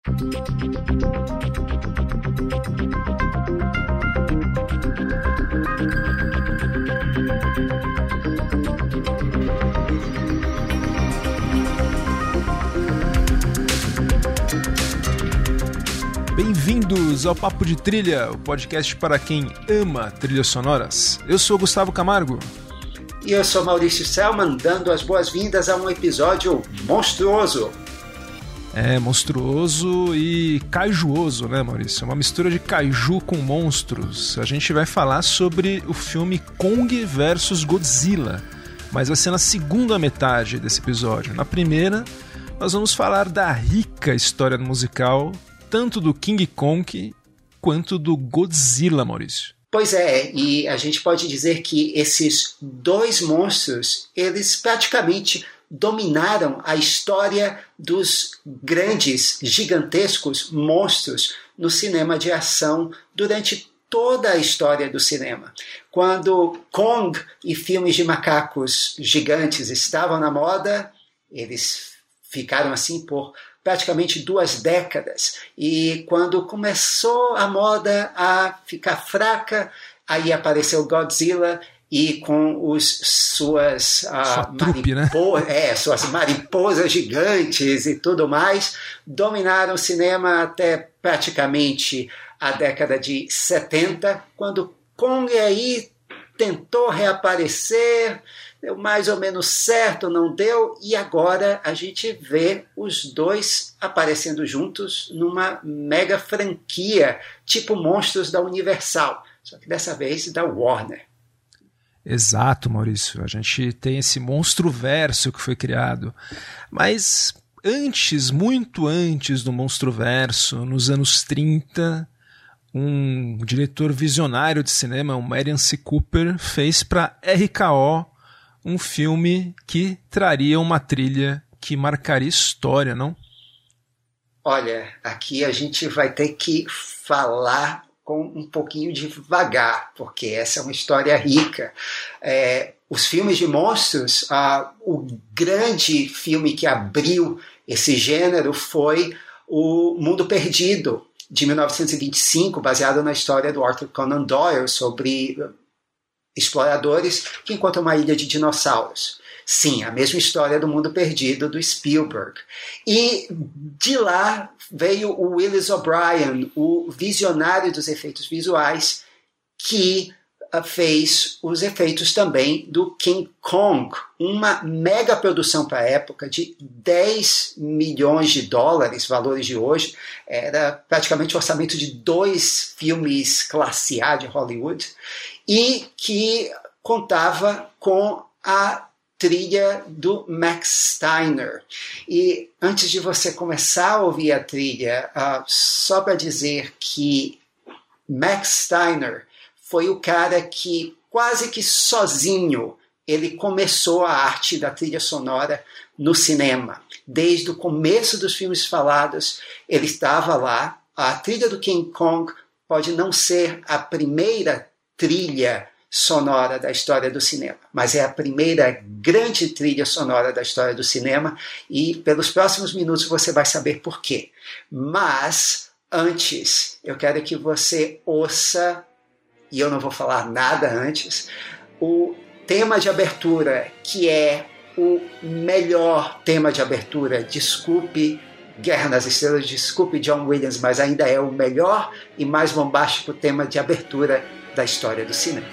Bem-vindos ao Papo de Trilha, o podcast para quem ama trilhas sonoras. Eu sou Gustavo Camargo. E eu sou Maurício Selman, dando as boas-vindas a um episódio monstruoso. É, monstruoso e caijuoso, né, Maurício? É uma mistura de kaiju com monstros. A gente vai falar sobre o filme Kong vs Godzilla, mas vai ser na segunda metade desse episódio. Na primeira, nós vamos falar da rica história musical, tanto do King Kong quanto do Godzilla, Maurício. Pois é, e a gente pode dizer que esses dois monstros, eles praticamente dominaram a história dos grandes, gigantescos monstros no cinema de ação durante toda a história do cinema. Quando Kong e filmes de macacos gigantes estavam na moda, eles ficaram assim por praticamente 2 décadas. E quando começou a moda a ficar fraca, aí apareceu Godzilla e com suas suas mariposas gigantes e tudo mais, dominaram o cinema até praticamente a década de 70, quando Kong aí tentou reaparecer, deu mais ou menos certo, não deu, e agora a gente vê os dois aparecendo juntos numa mega franquia, tipo Monstros da Universal, só que dessa vez da Warner. Exato, Maurício. A gente tem esse monstro-verso que foi criado. Mas antes, muito antes do monstro-verso, nos anos 30, um diretor visionário de cinema, o Merian C. Cooper, fez para RKO um filme que traria uma trilha que marcaria história, não? Olha, aqui a gente vai ter que falar com um pouquinho devagar, porque essa é uma história rica. Os filmes de monstros, o grande filme que abriu esse gênero foi O Mundo Perdido, de 1925, baseado na história do Arthur Conan Doyle sobre exploradores que encontram uma ilha de dinossauros. Sim, a mesma história do Mundo Perdido do Spielberg. E de lá veio o Willis O'Brien, o visionário dos efeitos visuais, que fez os efeitos também do King Kong, uma mega produção para a época de 10 milhões de dólares, valores de hoje, era praticamente o orçamento de 2 filmes classe A de Hollywood, e que contava com a trilha do Max Steiner. E antes de você começar a ouvir a trilha, só para dizer que Max Steiner foi o cara que quase que sozinho ele começou a arte da trilha sonora no cinema. Desde o começo dos filmes falados, ele estava lá. A trilha do King Kong pode não ser a primeira trilha sonora da história do cinema, mas é a primeira grande trilha sonora da história do cinema, e pelos próximos minutos você vai saber por quê. Mas antes, eu quero que você ouça, e eu não vou falar nada antes, o tema de abertura, que é o melhor tema de abertura. Desculpe Guerra nas Estrelas, desculpe John Williams, mas ainda é o melhor e mais bombástico tema de abertura da história do cinema.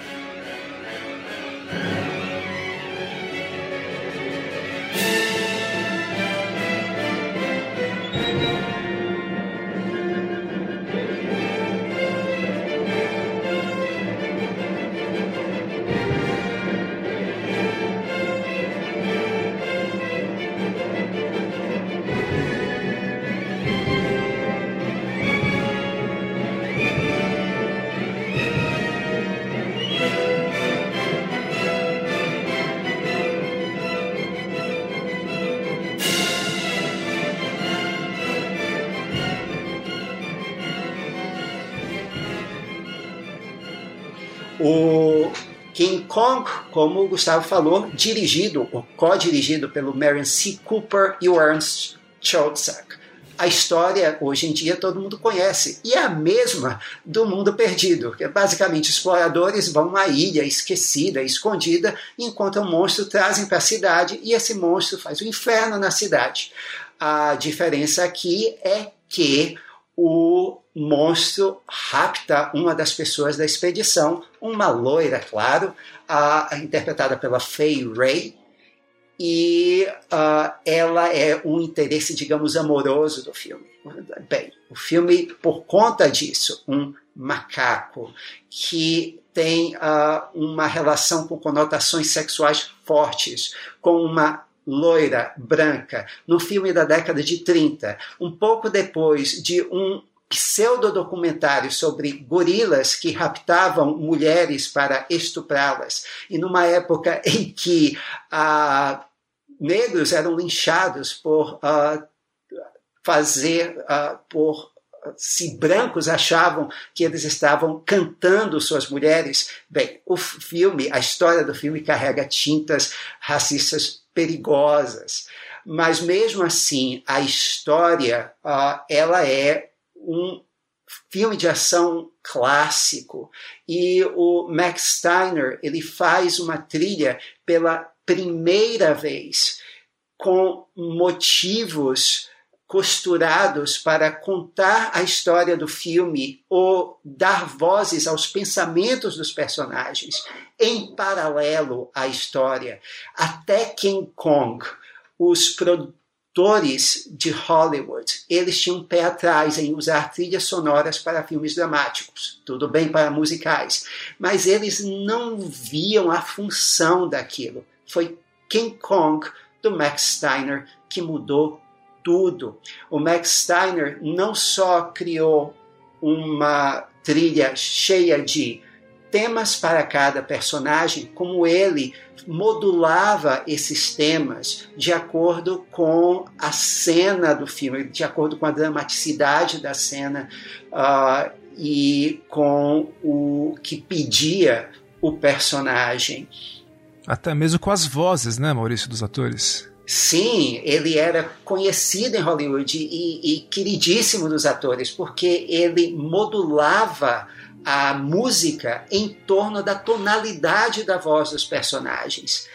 O King Kong, como o Gustavo falou, dirigido ou co-dirigido pelo Merian C. Cooper e o Ernst Schoedsack. a história, hoje em dia, todo mundo conhece. E é a mesma do Mundo Perdido, que é basicamente exploradores vão a uma ilha esquecida, escondida, encontram um monstro, trazem para a cidade, e esse monstro faz o inferno na cidade. A diferença aqui é que o monstro rapta uma das pessoas da expedição, uma loira, claro, interpretada pela Fay Wray, e ela é um interesse, digamos, amoroso do filme. Bem, o filme, por conta disso, um macaco que tem uma relação com conotações sexuais fortes, com uma loira branca, no filme da década de 30, um pouco depois de um pseudodocumentário sobre gorilas que raptavam mulheres para estuprá-las, e numa época em que negros eram linchados por se brancos achavam que eles estavam cantando suas mulheres. Bem, a história do filme carrega tintas racistas perigosas, mas mesmo assim a história ela é um filme de ação clássico, e o Max Steiner ele faz uma trilha pela primeira vez com motivos costurados para contar a história do filme ou dar vozes aos pensamentos dos personagens em paralelo à história. Até King Kong, os produtores de Hollywood, eles tinham um pé atrás em usar trilhas sonoras para filmes dramáticos, tudo bem para musicais, mas eles não viam a função daquilo. Foi King Kong, do Max Steiner, que mudou tudo. O Max Steiner não só criou uma trilha cheia de temas para cada personagem, como ele modulava esses temas de acordo com a cena do filme, de acordo com a dramaticidade da cena e com o que pedia o personagem. Até mesmo com as vozes, né, Maurício, dos atores? Sim, ele era conhecido em Hollywood e queridíssimo dos atores, porque ele modulava a música em torno da tonalidade da voz dos personagens.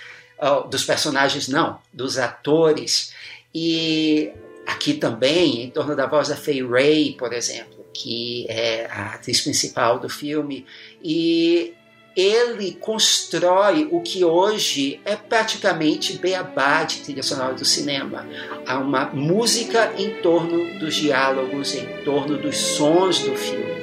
Dos atores. E aqui também, em torno da voz da Fay Wray, por exemplo, que é a atriz principal do filme. E ele constrói o que hoje é praticamente beabá de trilha sonora do cinema. Há uma música em torno dos diálogos, em torno dos sons do filme.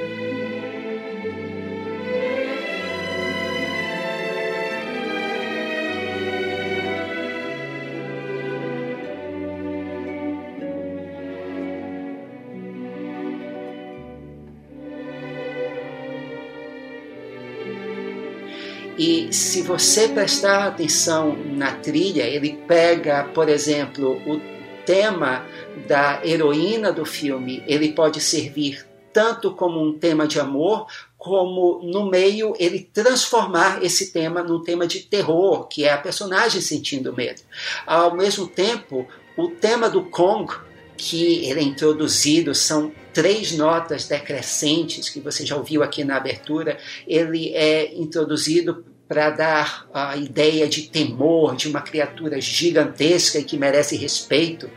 E se você prestar atenção na trilha, ele pega, por exemplo, o tema da heroína do filme, ele pode servir tanto como um tema de amor, como no meio ele transformar esse tema num tema de terror, que é a personagem sentindo medo. Ao mesmo tempo, o tema do Kong, que ele é introduzido, são 3 notas decrescentes, que você já ouviu aqui na abertura, ele é introduzido para dar a ideia de temor, de uma criatura gigantesca e que merece respeito.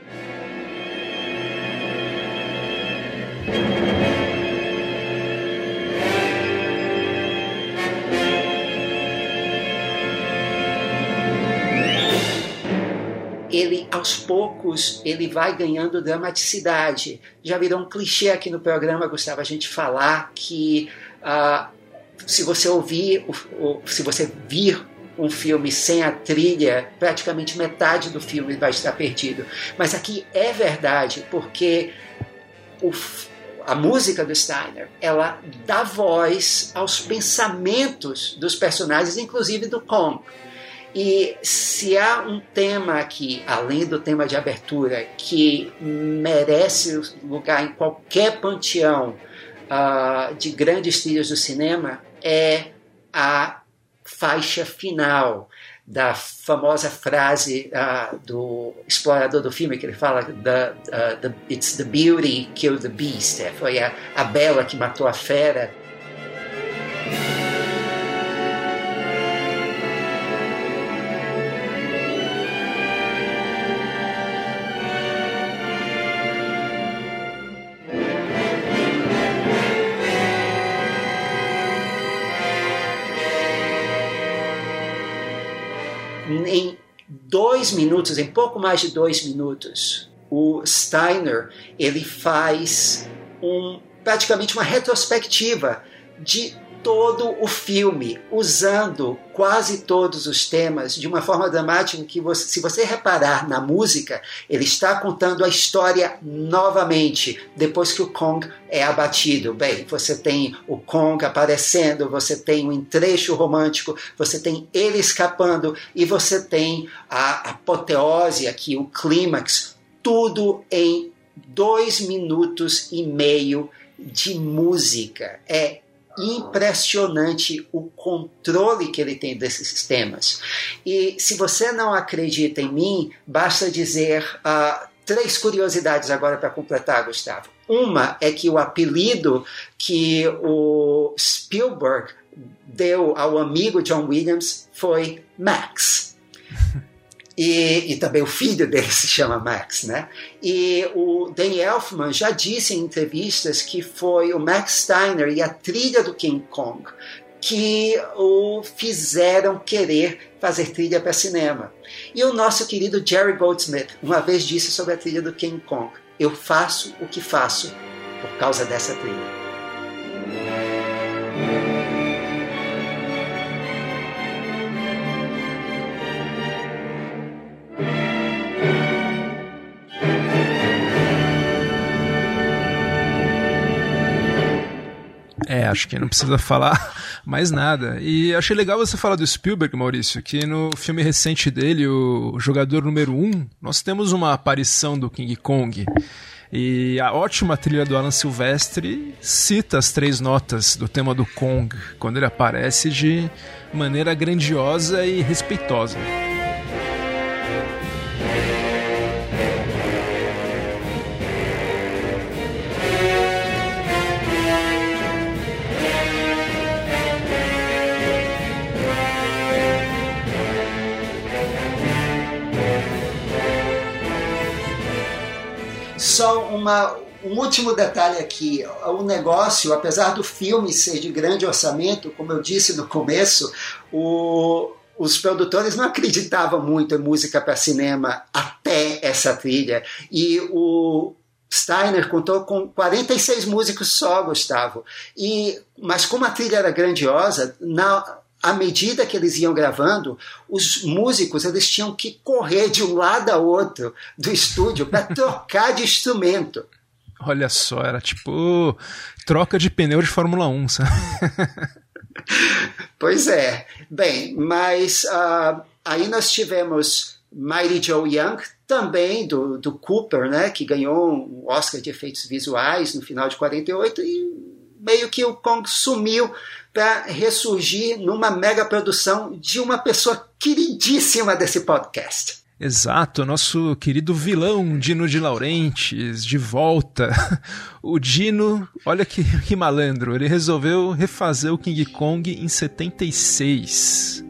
Ele, aos poucos, ele vai ganhando dramaticidade. Já virou um clichê aqui no programa, Gustavo, a gente falar que se você vir um filme sem a trilha, praticamente metade do filme vai estar perdido. Mas aqui é verdade, porque a música do Steiner, ela dá voz aos pensamentos dos personagens, inclusive do Kong. E se há um tema aqui, além do tema de abertura, que merece lugar em qualquer panteão de grandes trilhas do cinema, é a faixa final da famosa frase do explorador do filme, que ele fala it's the beauty killed the beast, foi a bela que matou a fera. Em 2 minutos, em pouco mais de 2 minutos, o Steiner ele faz praticamente uma retrospectiva de todo o filme, usando quase todos os temas de uma forma dramática que, se você reparar na música, ele está contando a história novamente, depois que o Kong é abatido. Bem, você tem o Kong aparecendo, você tem um trecho romântico, você tem ele escapando, e você tem a apoteose aqui, o clímax, tudo em 2 minutos e meio de música. É impressionante o controle que ele tem desses temas. E se você não acredita em mim, basta dizer 3 curiosidades agora para completar, Gustavo. Uma é que o apelido que o Spielberg deu ao amigo John Williams foi Max. E também o filho dele se chama Max, né? E o Danny Elfman já disse em entrevistas que foi o Max Steiner e a trilha do King Kong que o fizeram querer fazer trilha para cinema. E o nosso querido Jerry Goldsmith uma vez disse sobre a trilha do King Kong: eu faço o que faço por causa dessa trilha. Acho que não precisa falar mais nada. E achei legal você falar do Spielberg, Maurício, que no filme recente dele, o Jogador Número 1, nós temos uma aparição do King Kong. E a ótima trilha do Alan Silvestre cita as 3 notas do tema do Kong, quando ele aparece de maneira grandiosa e respeitosa. Só um último detalhe aqui. O negócio, apesar do filme ser de grande orçamento, como eu disse no começo, os produtores não acreditavam muito em música para cinema até essa trilha. E o Steiner contou com 46 músicos só, Gustavo. Mas como a trilha era grandiosa, à medida que eles iam gravando, os músicos eles tinham que correr de um lado a outro do estúdio para trocar de instrumento. Olha só, era tipo troca de pneu de Fórmula 1, sabe? Pois é. Bem, mas aí nós tivemos Mighty Joe Young, também do Cooper, né, que ganhou um Oscar de efeitos visuais no final de 48, e meio que o Kong sumiu para ressurgir numa mega produção de uma pessoa queridíssima desse podcast. Exato, nosso querido vilão Dino de Laurentiis, de volta. O Dino, olha que malandro, ele resolveu refazer o King Kong em 76.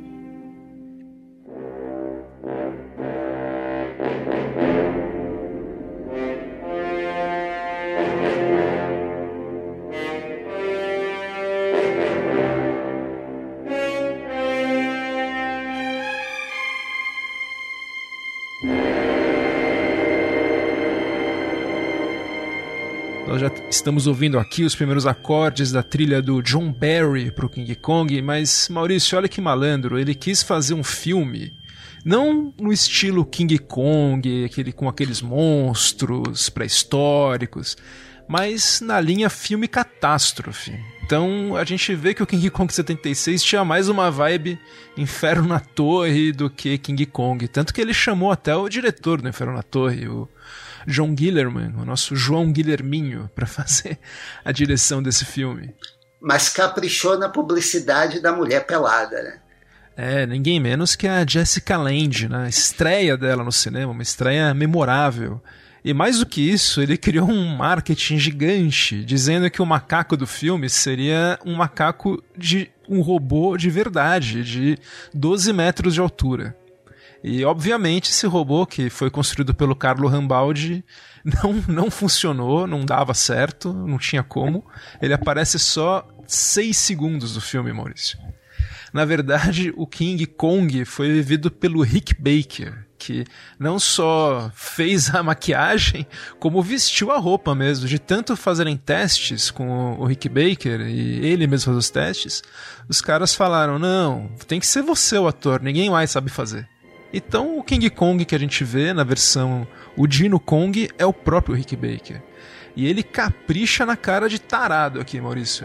Nós já estamos ouvindo aqui os primeiros acordes da trilha do John Barry para o King Kong, mas Maurício, olha que malandro, ele quis fazer um filme não no estilo King Kong, com aqueles monstros pré-históricos, mas na linha filme catástrofe. Então a gente vê que o King Kong 76 tinha mais uma vibe Inferno na Torre do que King Kong, tanto que ele chamou até o diretor do Inferno na Torre, o John Guillermin, o nosso João Guilherminho, para fazer a direção desse filme. Mas caprichou na publicidade da mulher pelada, né? É, ninguém menos que a Jessica Lange, né? A estreia dela no cinema, uma estreia memorável. E mais do que isso, ele criou um marketing gigante, dizendo que o macaco do filme seria um macaco de um robô de verdade, de 12 metros de altura. E, obviamente, esse robô, que foi construído pelo Carlo Rambaldi, não funcionou, não dava certo, não tinha como. Ele aparece só 6 segundos do filme, Maurício. Na verdade, o King Kong foi vivido pelo Rick Baker, que não só fez a maquiagem, como vestiu a roupa mesmo. De tanto fazerem testes com o Rick Baker, e ele mesmo faz os testes, os caras falaram, não, tem que ser você o ator, ninguém mais sabe fazer. Então o King Kong que a gente vê na versão o Dino Kong é o próprio Rick Baker. E ele capricha na cara de tarado aqui, Maurício.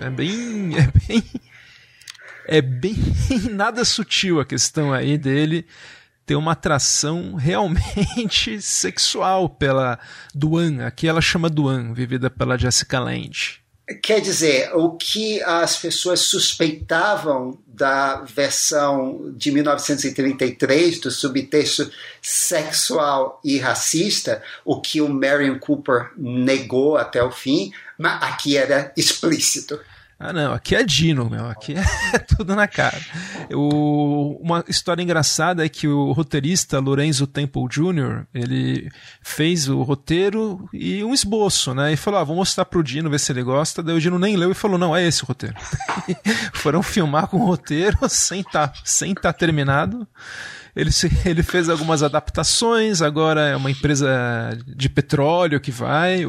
É bem nada sutil a questão aí dele ter uma atração realmente sexual pela Duan. Aqui ela chama Duan, vivida pela Jessica Lange. Quer dizer, o que as pessoas suspeitavam da versão de 1933, do subtexto sexual e racista, o que o Marion Cooper negou até o fim, mas aqui era explícito. Ah, não, aqui é Dino, meu, aqui é tudo na cara. Uma história engraçada é que o roteirista Lorenzo Temple Jr., ele fez o roteiro e um esboço, né, e falou, vou mostrar pro Dino, ver se ele gosta, daí o Dino nem leu e falou, não, é esse o roteiro. Foram filmar com o roteiro sem tá terminado. Ele fez algumas adaptações, agora é uma empresa de petróleo que vai,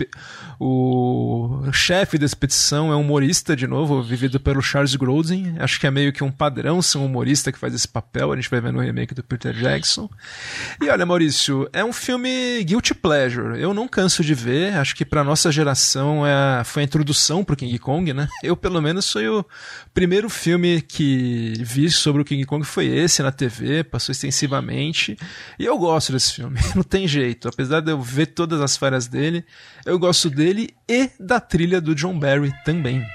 o chefe da expedição é um humorista, de novo, vivido pelo Charles Grodin, acho que é meio que um padrão ser um humorista que faz esse papel, a gente vai ver no remake do Peter Jackson. E olha, Maurício, é um filme guilty pleasure, eu não canso de ver, acho que pra nossa geração foi a introdução pro King Kong, né? Eu, pelo menos, foi o primeiro filme que vi sobre o King Kong, foi esse na TV, passou extensivamente, e eu gosto desse filme, não tem jeito, apesar de eu ver todas as falhas dele, eu gosto dele e da trilha do John Barry também.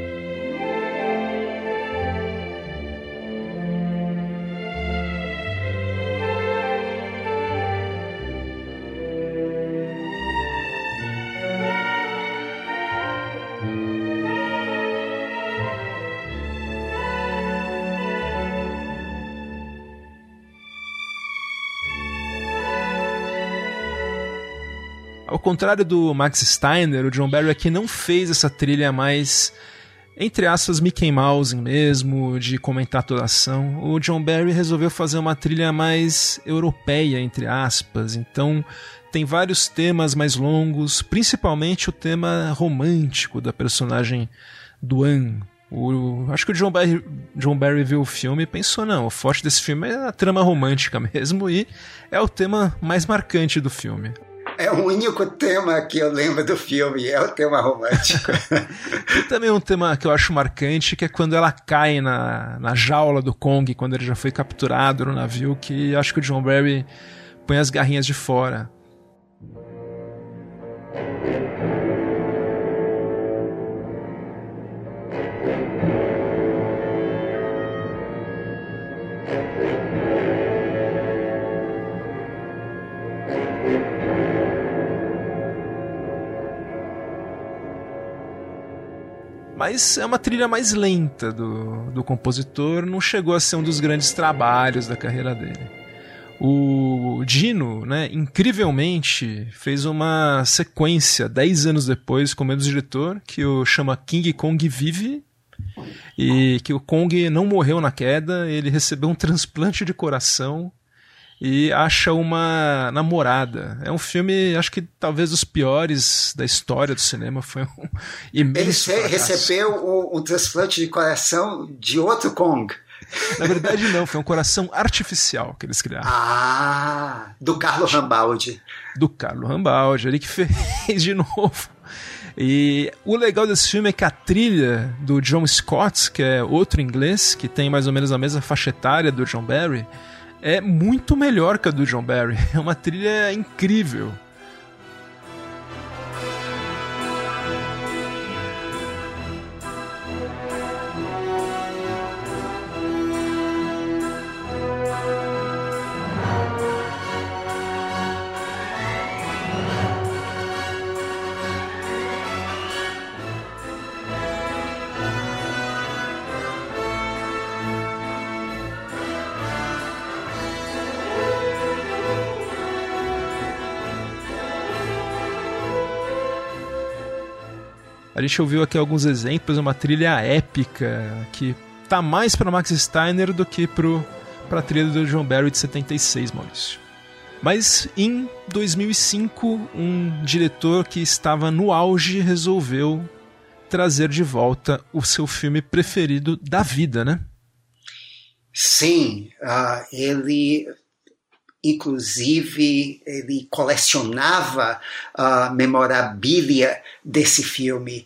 Ao contrário do Max Steiner, o John Barry aqui não fez essa trilha mais, entre aspas, Mickey Mouse mesmo, de comentar toda a ação. O John Barry resolveu fazer uma trilha mais europeia, entre aspas. Então tem vários temas mais longos, principalmente o tema romântico da personagem Duan. Acho que o John Barry viu o filme e pensou, não, o forte desse filme é a trama romântica mesmo, e é o tema mais marcante do filme. É o único tema que eu lembro do filme, é o tema romântico. E também um tema que eu acho marcante, que é quando ela cai na jaula do Kong, quando ele já foi capturado no navio, que acho que o John Barry põe as garrinhas de fora. Mas é uma trilha mais lenta do compositor, não chegou a ser um dos grandes trabalhos da carreira dele. O Dino, né, incrivelmente, fez uma sequência 10 anos depois com o mesmo diretor, que o chama King Kong Vive, e que o Kong não morreu na queda, ele recebeu um transplante de coração e acha uma namorada. É um filme, acho que talvez dos piores da história do cinema. Foi um imenso Ele recebeu um transplante de coração de outro Kong. Na verdade não, foi um coração artificial que eles criaram. Do Carlo Rambaldi. Do Carlo Rambaldi, ele que fez de novo. E o legal desse filme é que a trilha do John Scott, que é outro inglês, que tem mais ou menos a mesma faixa etária do John Barry, é muito melhor que a do John Barry. É uma trilha incrível. A gente ouviu aqui alguns exemplos, uma trilha épica que tá mais para Max Steiner do que para a trilha do John Barry de 76, Maurício. Mas em 2005, um diretor que estava no auge resolveu trazer de volta o seu filme preferido da vida, né? Sim, ele... Inclusive, ele colecionava memorabilia desse filme.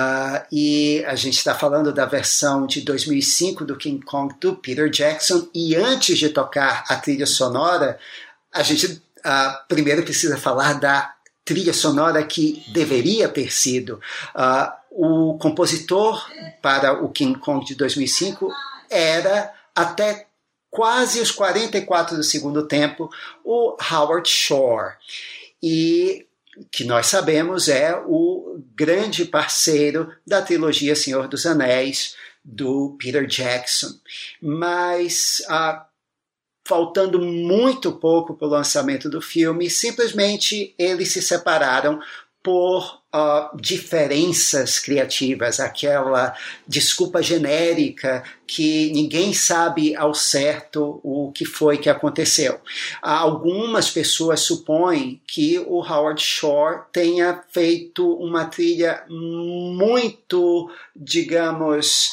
E a gente está falando da versão de 2005 do King Kong do Peter Jackson. E antes de tocar a trilha sonora, a gente primeiro precisa falar da trilha sonora que deveria ter sido. O compositor para o King Kong de 2005 era até quase os 44 do segundo tempo, o Howard Shore, e que nós sabemos é o grande parceiro da trilogia Senhor dos Anéis, do Peter Jackson. Mas, faltando muito pouco para o lançamento do filme, simplesmente eles se separaram por diferenças criativas, aquela desculpa genérica que ninguém sabe ao certo o que foi que aconteceu. Algumas pessoas supõem que o Howard Shore tenha feito uma trilha muito, digamos,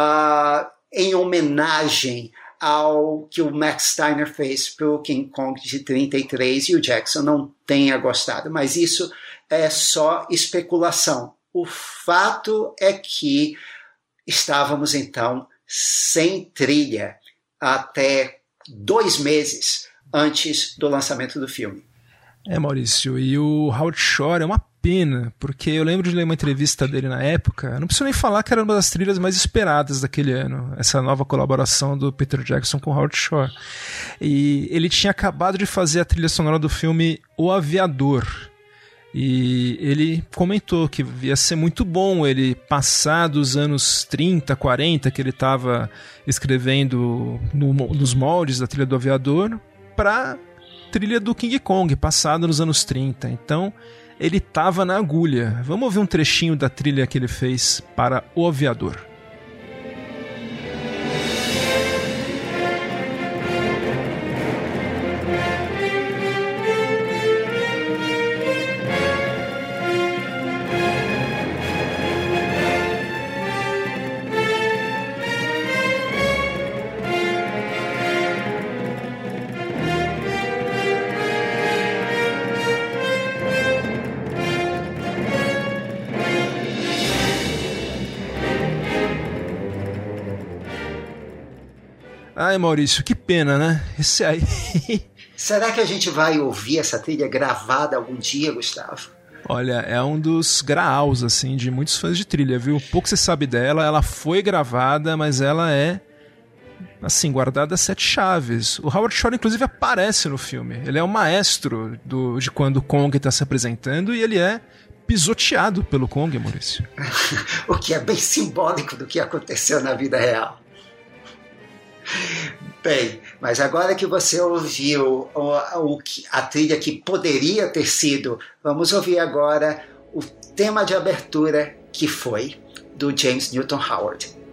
em homenagem ao que o Max Steiner fez para o King Kong de 33 e o Jackson não tenha gostado, mas isso é só especulação. O fato é que estávamos, então, sem trilha até 2 meses antes do lançamento do filme. Maurício, e o Howard Shore é uma pena, porque eu lembro de ler uma entrevista dele na época, não preciso nem falar que era uma das trilhas mais esperadas daquele ano, essa nova colaboração do Peter Jackson com o Howard Shore. E ele tinha acabado de fazer a trilha sonora do filme O Aviador, e ele comentou que ia ser muito bom ele passar dos anos 30, 40, que ele estava escrevendo nos moldes da trilha do Aviador, para trilha do King Kong, passada nos anos 30. Então, ele estava na agulha. Vamos ouvir um trechinho da trilha que ele fez para O Aviador. Ai, Maurício, que pena, né? Esse aí... Será que a gente vai ouvir essa trilha gravada algum dia, Gustavo? Olha, é um dos graus, assim, de muitos fãs de trilha, viu? Pouco se sabe dela, ela foi gravada, mas ela é, assim, guardada a 7 chaves. O Howard Shore, inclusive, aparece no filme. Ele é o maestro de quando o Kong está se apresentando e ele é pisoteado pelo Kong, Maurício. O que é bem simbólico do que aconteceu na vida real. Bem, mas agora que você ouviu a trilha que poderia ter sido, vamos ouvir agora o tema de abertura que foi do James Newton Howard.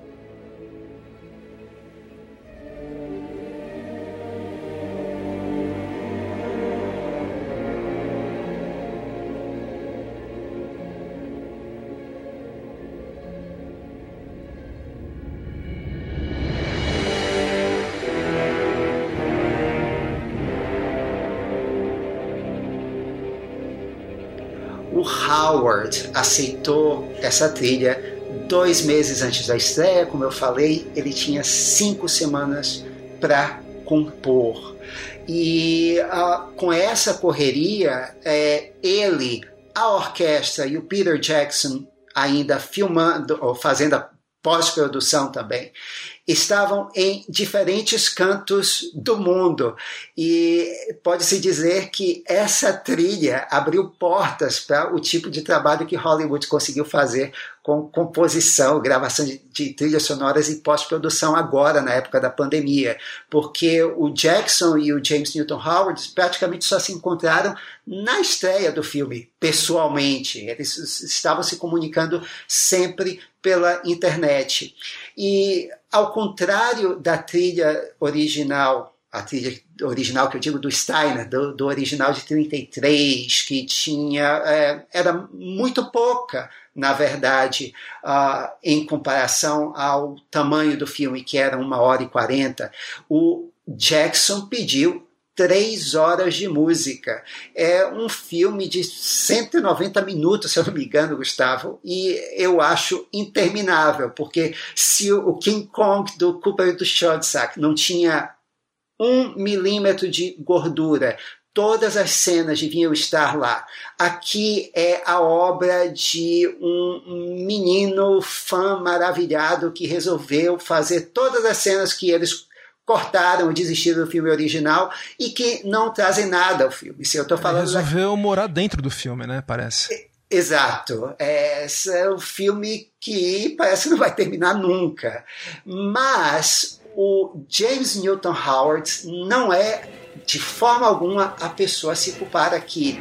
O Howard aceitou essa trilha 2 meses antes da estreia. Como eu falei, ele tinha 5 semanas para compor. E com essa correria, ele, a orquestra e o Peter Jackson ainda filmando, ou fazendo a pós-produção também, estavam em diferentes cantos do mundo. E pode-se dizer que essa trilha abriu portas para o tipo de trabalho que Hollywood conseguiu fazer com composição, gravação de trilhas sonoras e pós-produção agora, na época da pandemia, porque o Jackson e o James Newton Howard praticamente só se encontraram na estreia do filme, pessoalmente. Eles estavam se comunicando sempre pela internet. E, ao contrário da trilha original, a trilha original que eu digo do Steiner, do original de 33, que tinha era muito pouca, na verdade, em comparação ao tamanho do filme, que era 1h40, o Jackson pediu 3 horas de música. É um filme de 190 minutos, se eu não me engano, Gustavo, e eu acho interminável, porque se o King Kong do Cooper e do Schoedsack não tinha 1 milímetro de gordura, todas as cenas deviam estar lá. Aqui é a obra de um menino fã maravilhado que resolveu fazer todas as cenas que eles cortaram e desistiram do filme original e que não trazem nada ao filme. Se eu tô falando resolveu morar dentro do filme, né? Parece. Exato. Esse é um filme que parece que não vai terminar nunca. Mas o James Newton Howard não é, de forma alguma, a pessoa a se culpar aqui.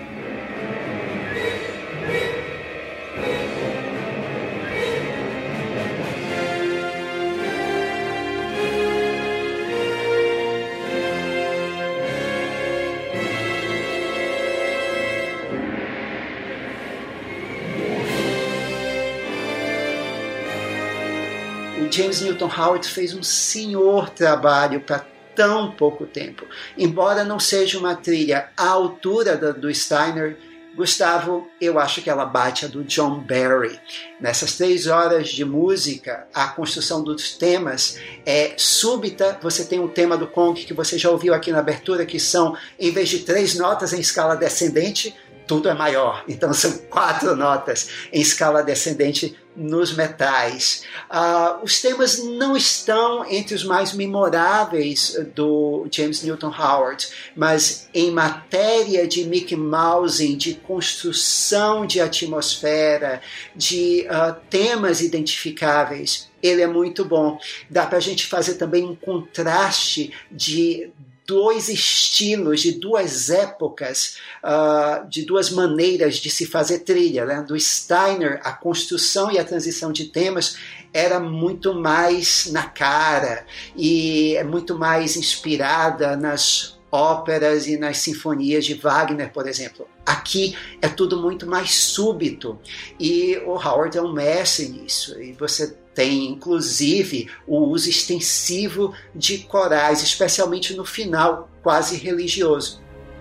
James Newton Howard fez um senhor trabalho para tão pouco tempo. Embora não seja uma trilha à altura do Steiner, Gustavo, eu acho que ela bate a do John Barry. Nessas 3 horas de música, a construção dos temas é súbita. Você tem um tema do Kong que você já ouviu aqui na abertura, que são, em vez de 3 notas em escala descendente, tudo é maior. Então são 4 notas em escala descendente nos metais. Os temas não estão entre os mais memoráveis do James Newton Howard, mas em matéria de Mickey Mouse, de construção de atmosfera, de temas identificáveis, ele é muito bom. Dá para a gente fazer também um contraste de 2 estilos, de 2 épocas, de 2 maneiras de se fazer trilha. Né? Do Steiner, a construção e a transição de temas era muito mais na cara e é muito mais inspirada nas óperas e nas sinfonias de Wagner, por exemplo. Aqui é tudo muito mais súbito e o Howard é um mestre nisso. E você tem, inclusive, o uso extensivo de corais, especialmente no final, quase religioso.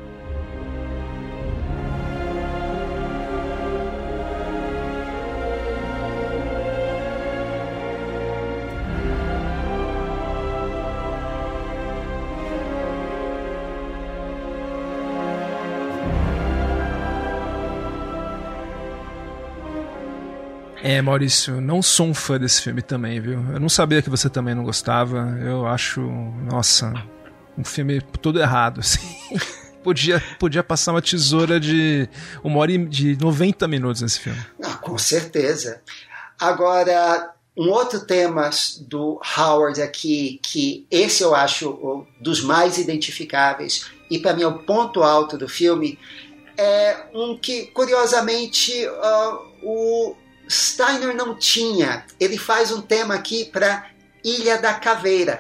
Maurício, não sou um fã desse filme também, viu? Eu não sabia que você também não gostava. Eu acho, nossa, um filme todo errado, assim. Podia passar uma tesoura de 90 minutos nesse filme. Com certeza. Agora, um outro tema do Howard aqui, que esse eu acho dos mais identificáveis, e para mim é o ponto alto do filme, é um que, curiosamente, o Steiner não tinha. Ele faz um tema aqui para Ilha da Caveira.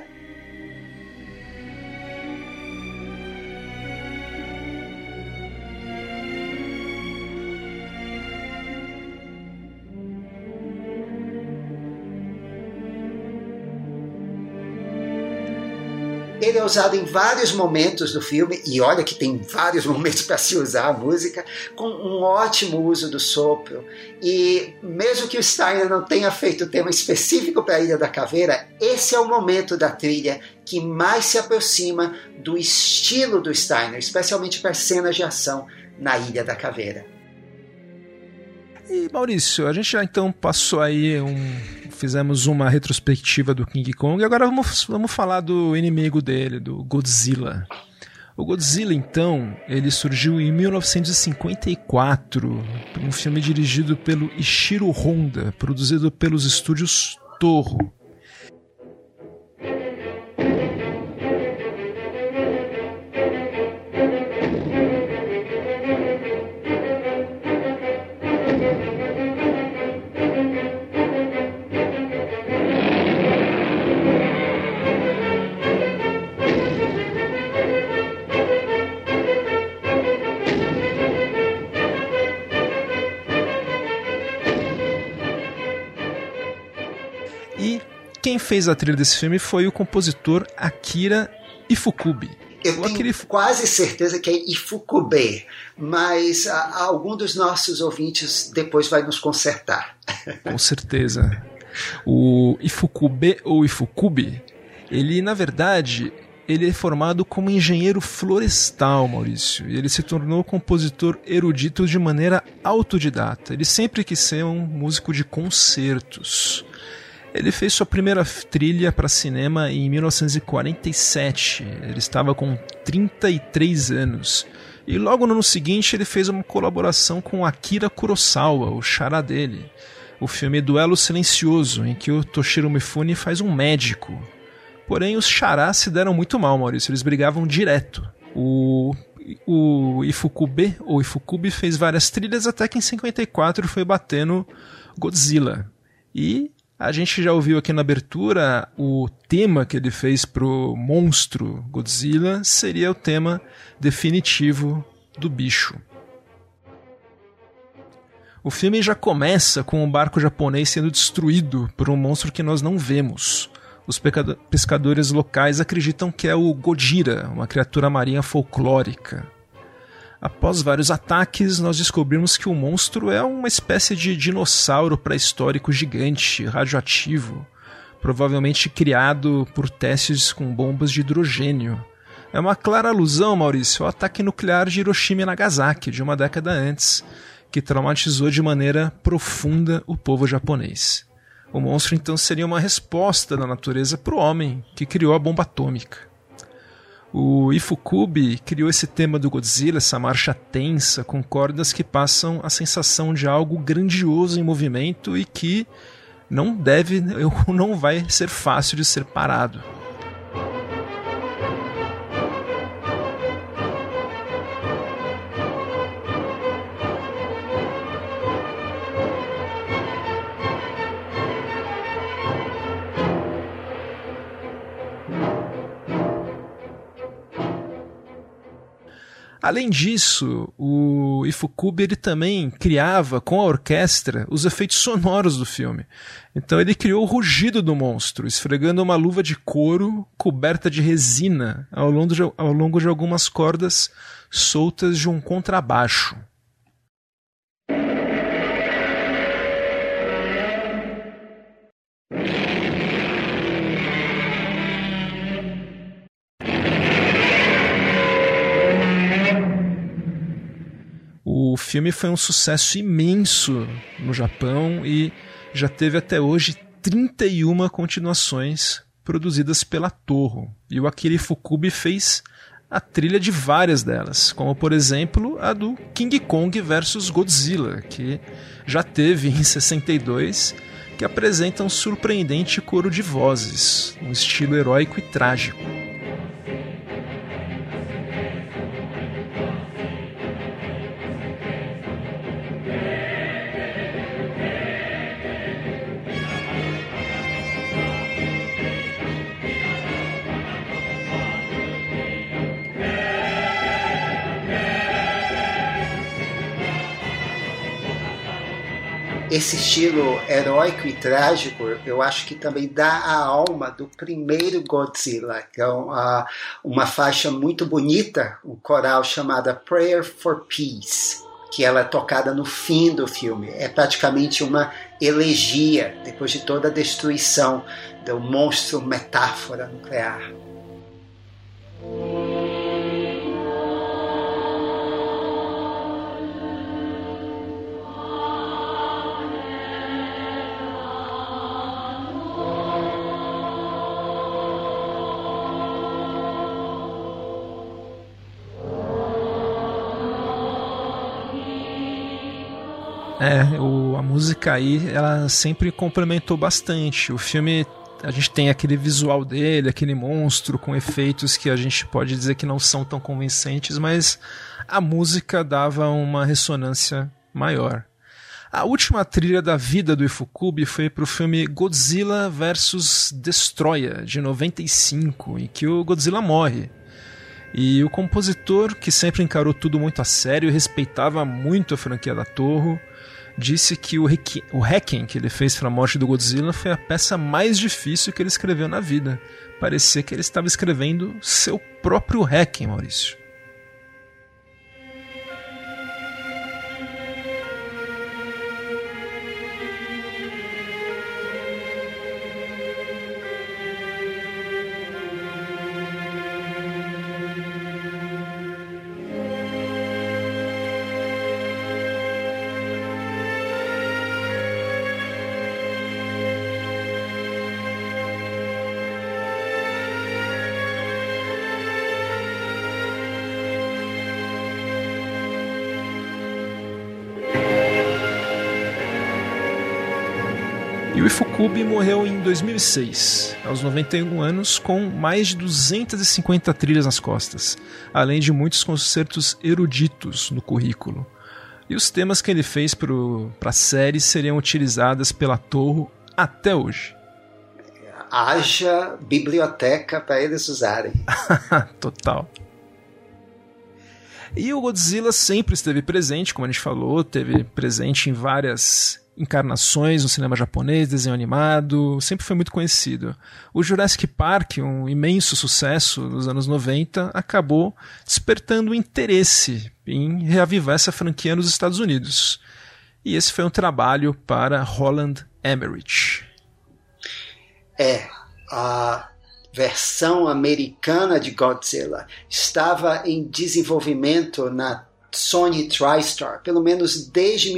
Ele é usado em vários momentos do filme, e olha que tem vários momentos para se usar a música, com um ótimo uso do sopro. E mesmo que o Steiner não tenha feito o tema específico para a Ilha da Caveira, esse é o momento da trilha que mais se aproxima do estilo do Steiner, especialmente para cenas de ação na Ilha da Caveira. E Maurício, a gente já então passou aí fizemos uma retrospectiva do King Kong, agora vamos falar do inimigo dele, do Godzilla. O Godzilla, então, ele surgiu em 1954, um filme dirigido pelo Ishiro Honda, produzido pelos estúdios Toho. Quem fez a trilha desse filme foi o compositor Akira Ifukube. Eu tenho quase certeza que é Ifukube, mas algum dos nossos ouvintes depois vai nos consertar. Com certeza. O Ifukube ou Ifukube, ele na verdade ele é formado como engenheiro florestal, Maurício, e ele se tornou compositor erudito de maneira autodidata. Ele sempre quis ser um músico de concertos. Ele fez sua primeira trilha para cinema em 1947. Ele estava com 33 anos. E logo no ano seguinte ele fez uma colaboração com Akira Kurosawa, o xará dele. O filme Duelo Silencioso, em que o Toshiro Mifune faz um médico. Porém, os xarás se deram muito mal, Maurício. Eles brigavam direto. O Ifukube fez várias trilhas até que em 54 foi batendo Godzilla. E a gente já ouviu aqui na abertura o tema que ele fez pro monstro Godzilla seria o tema definitivo do bicho. O filme já começa com um barco japonês sendo destruído por um monstro que nós não vemos. Os pescadores locais acreditam que é o Gojira, uma criatura marinha folclórica. Após vários ataques, nós descobrimos que o monstro é uma espécie de dinossauro pré-histórico gigante, radioativo, provavelmente criado por testes com bombas de hidrogênio. É uma clara alusão, Maurício, ao ataque nuclear de Hiroshima e Nagasaki, de uma década antes, que traumatizou de maneira profunda o povo japonês. O monstro então seria uma resposta da natureza para o homem, que criou a bomba atômica. O Ifukube criou esse tema do Godzilla, essa marcha tensa, com cordas que passam a sensação de algo grandioso em movimento e que não vai ser fácil de ser parado. Além disso, o Ifukube ele também criava com a orquestra os efeitos sonoros do filme. Então ele criou o rugido do monstro, esfregando uma luva de couro coberta de resina ao longo de algumas cordas soltas de um contrabaixo. O filme foi um sucesso imenso no Japão e já teve até hoje 31 continuações produzidas pela Toho. E o Akira Ifukube fez a trilha de várias delas, como por exemplo a do King Kong vs Godzilla, que já teve em 62, que apresenta um surpreendente coro de vozes, um estilo heróico e trágico. Esse estilo heróico e trágico, eu acho que também dá a alma do primeiro Godzilla, que é uma faixa muito bonita, um coral chamada Prayer for Peace, que ela é tocada no fim do filme. É praticamente uma elegia, depois de toda a destruição do monstro metáfora nuclear. A música aí, ela sempre complementou bastante. O filme, a gente tem aquele visual dele, aquele monstro com efeitos que a gente pode dizer que não são tão convincentes, mas a música dava uma ressonância maior. A última trilha da vida do Ifukube foi para o filme Godzilla vs Destoroyah, de 95, em que o Godzilla morre. E o compositor, que sempre encarou tudo muito a sério e respeitava muito a franquia da Toho, disse que o Hacking que ele fez para a morte do Godzilla foi a peça mais difícil que ele escreveu na vida. Parecia que ele estava escrevendo seu próprio Hacking, Maurício. E o Ifukube morreu em 2006, aos 91 anos, com mais de 250 trilhas nas costas, além de muitos concertos eruditos no currículo. E os temas que ele fez para a série seriam utilizadas pela Toho até hoje. Haja biblioteca para eles usarem. Total. E o Godzilla sempre esteve presente, como a gente falou, esteve presente em várias encarnações no cinema japonês, desenho animado, sempre foi muito conhecido. O Jurassic Park, um imenso sucesso nos anos 90, acabou despertando um interesse em reavivar essa franquia nos Estados Unidos. E esse foi um trabalho para Roland Emmerich. A versão americana de Godzilla estava em desenvolvimento na Sony TriStar, pelo menos desde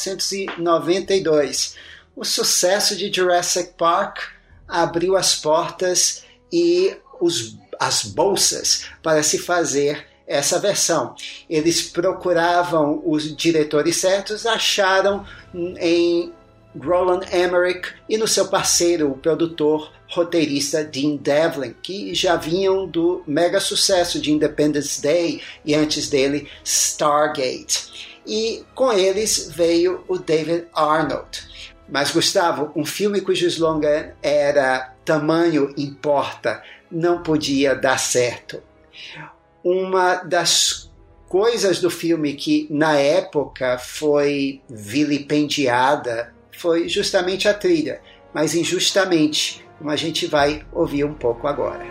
1992. O sucesso de Jurassic Park abriu as portas e as bolsas para se fazer essa versão. Eles procuravam os diretores certos, acharam em Roland Emmerich e no seu parceiro, o produtor roteirista Dean Devlin, que já vinham do mega sucesso de Independence Day e antes dele Stargate. E com eles veio o David Arnold. Mas Gustavo, um filme cujo slogan era "tamanho importa", não podia dar certo. Uma das coisas do filme que na época foi vilipendiada foi justamente a trilha, mas injustamente, como a gente vai ouvir um pouco agora.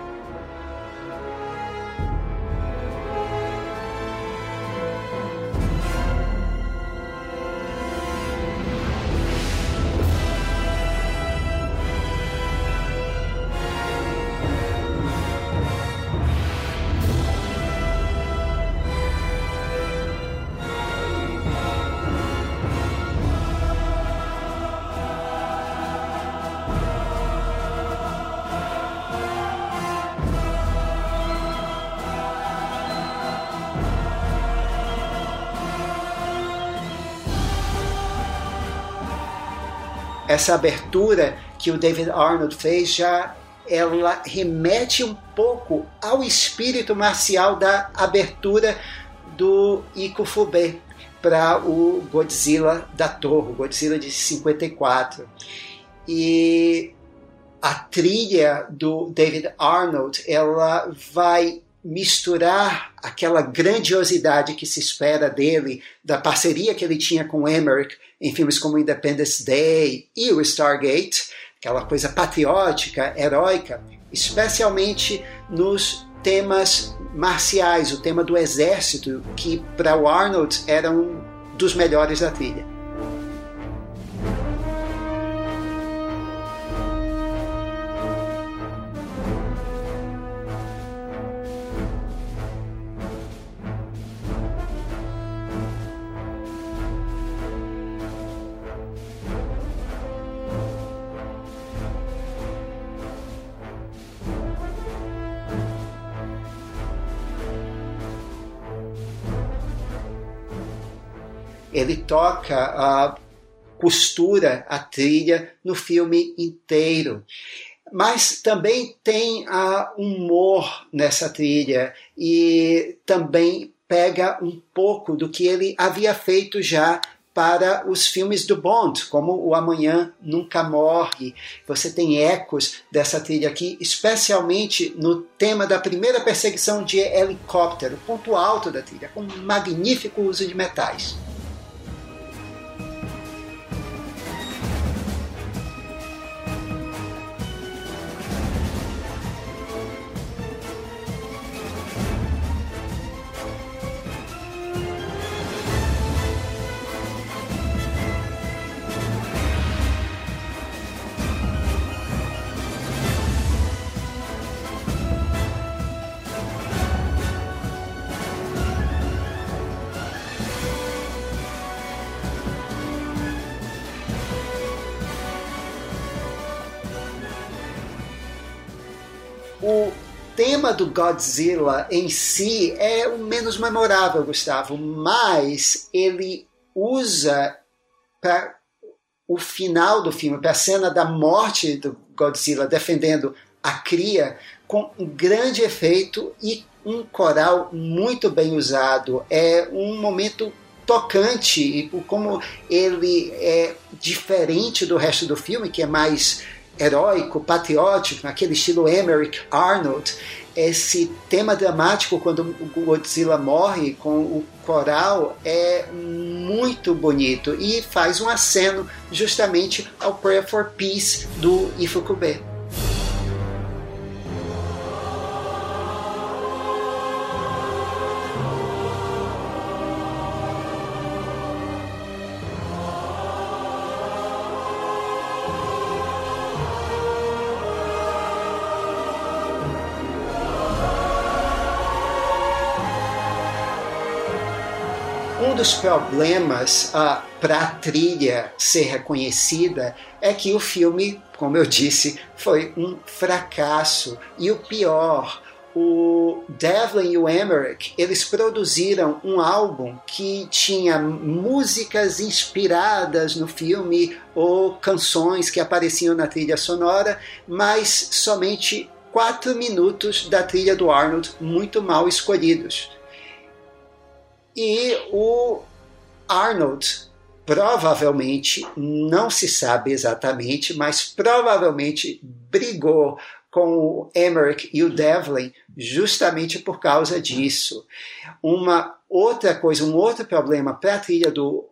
Essa abertura que o David Arnold fez ela remete um pouco ao espírito marcial da abertura do Ifukube para o Godzilla da Toho, Godzilla de 54. E a trilha do David Arnold, ela vai misturar aquela grandiosidade que se espera dele, da parceria que ele tinha com Emmerich em filmes como Independence Day e o Stargate, aquela coisa patriótica, heróica, especialmente nos temas marciais, o tema do exército, que para o Arnold era um dos melhores da trilha. Ele toca costura a trilha no filme inteiro. Mas também tem humor nessa trilha e também pega um pouco do que ele havia feito já para os filmes do Bond, como O Amanhã Nunca Morre. Você tem ecos dessa trilha aqui, especialmente no tema da primeira perseguição de helicóptero, ponto alto da trilha, com um magnífico uso de metais. O tema do Godzilla em si é o menos memorável, Gustavo, mas ele usa para o final do filme, para a cena da morte do Godzilla defendendo a cria, com um grande efeito e um coral muito bem usado. É um momento tocante, e como ele é diferente do resto do filme, que é mais heróico, patriótico, naquele estilo Emmerich Arnold. Esse tema dramático quando o Godzilla morre com o coral é muito bonito e faz um aceno justamente ao Prayer for Peace do Ifukube. Um dos problemas para a trilha ser reconhecida é que o filme, como eu disse, foi um fracasso. E o pior, o Devlin e o Emmerich, eles produziram um álbum que tinha músicas inspiradas no filme ou canções que apareciam na trilha sonora, mas somente 4 minutos da trilha do Arnold, muito mal escolhidos. E o Arnold provavelmente, não se sabe exatamente, mas provavelmente brigou com o Emmerich e o Devlin justamente por causa disso. Uma outra coisa, um outro problema para a trilha do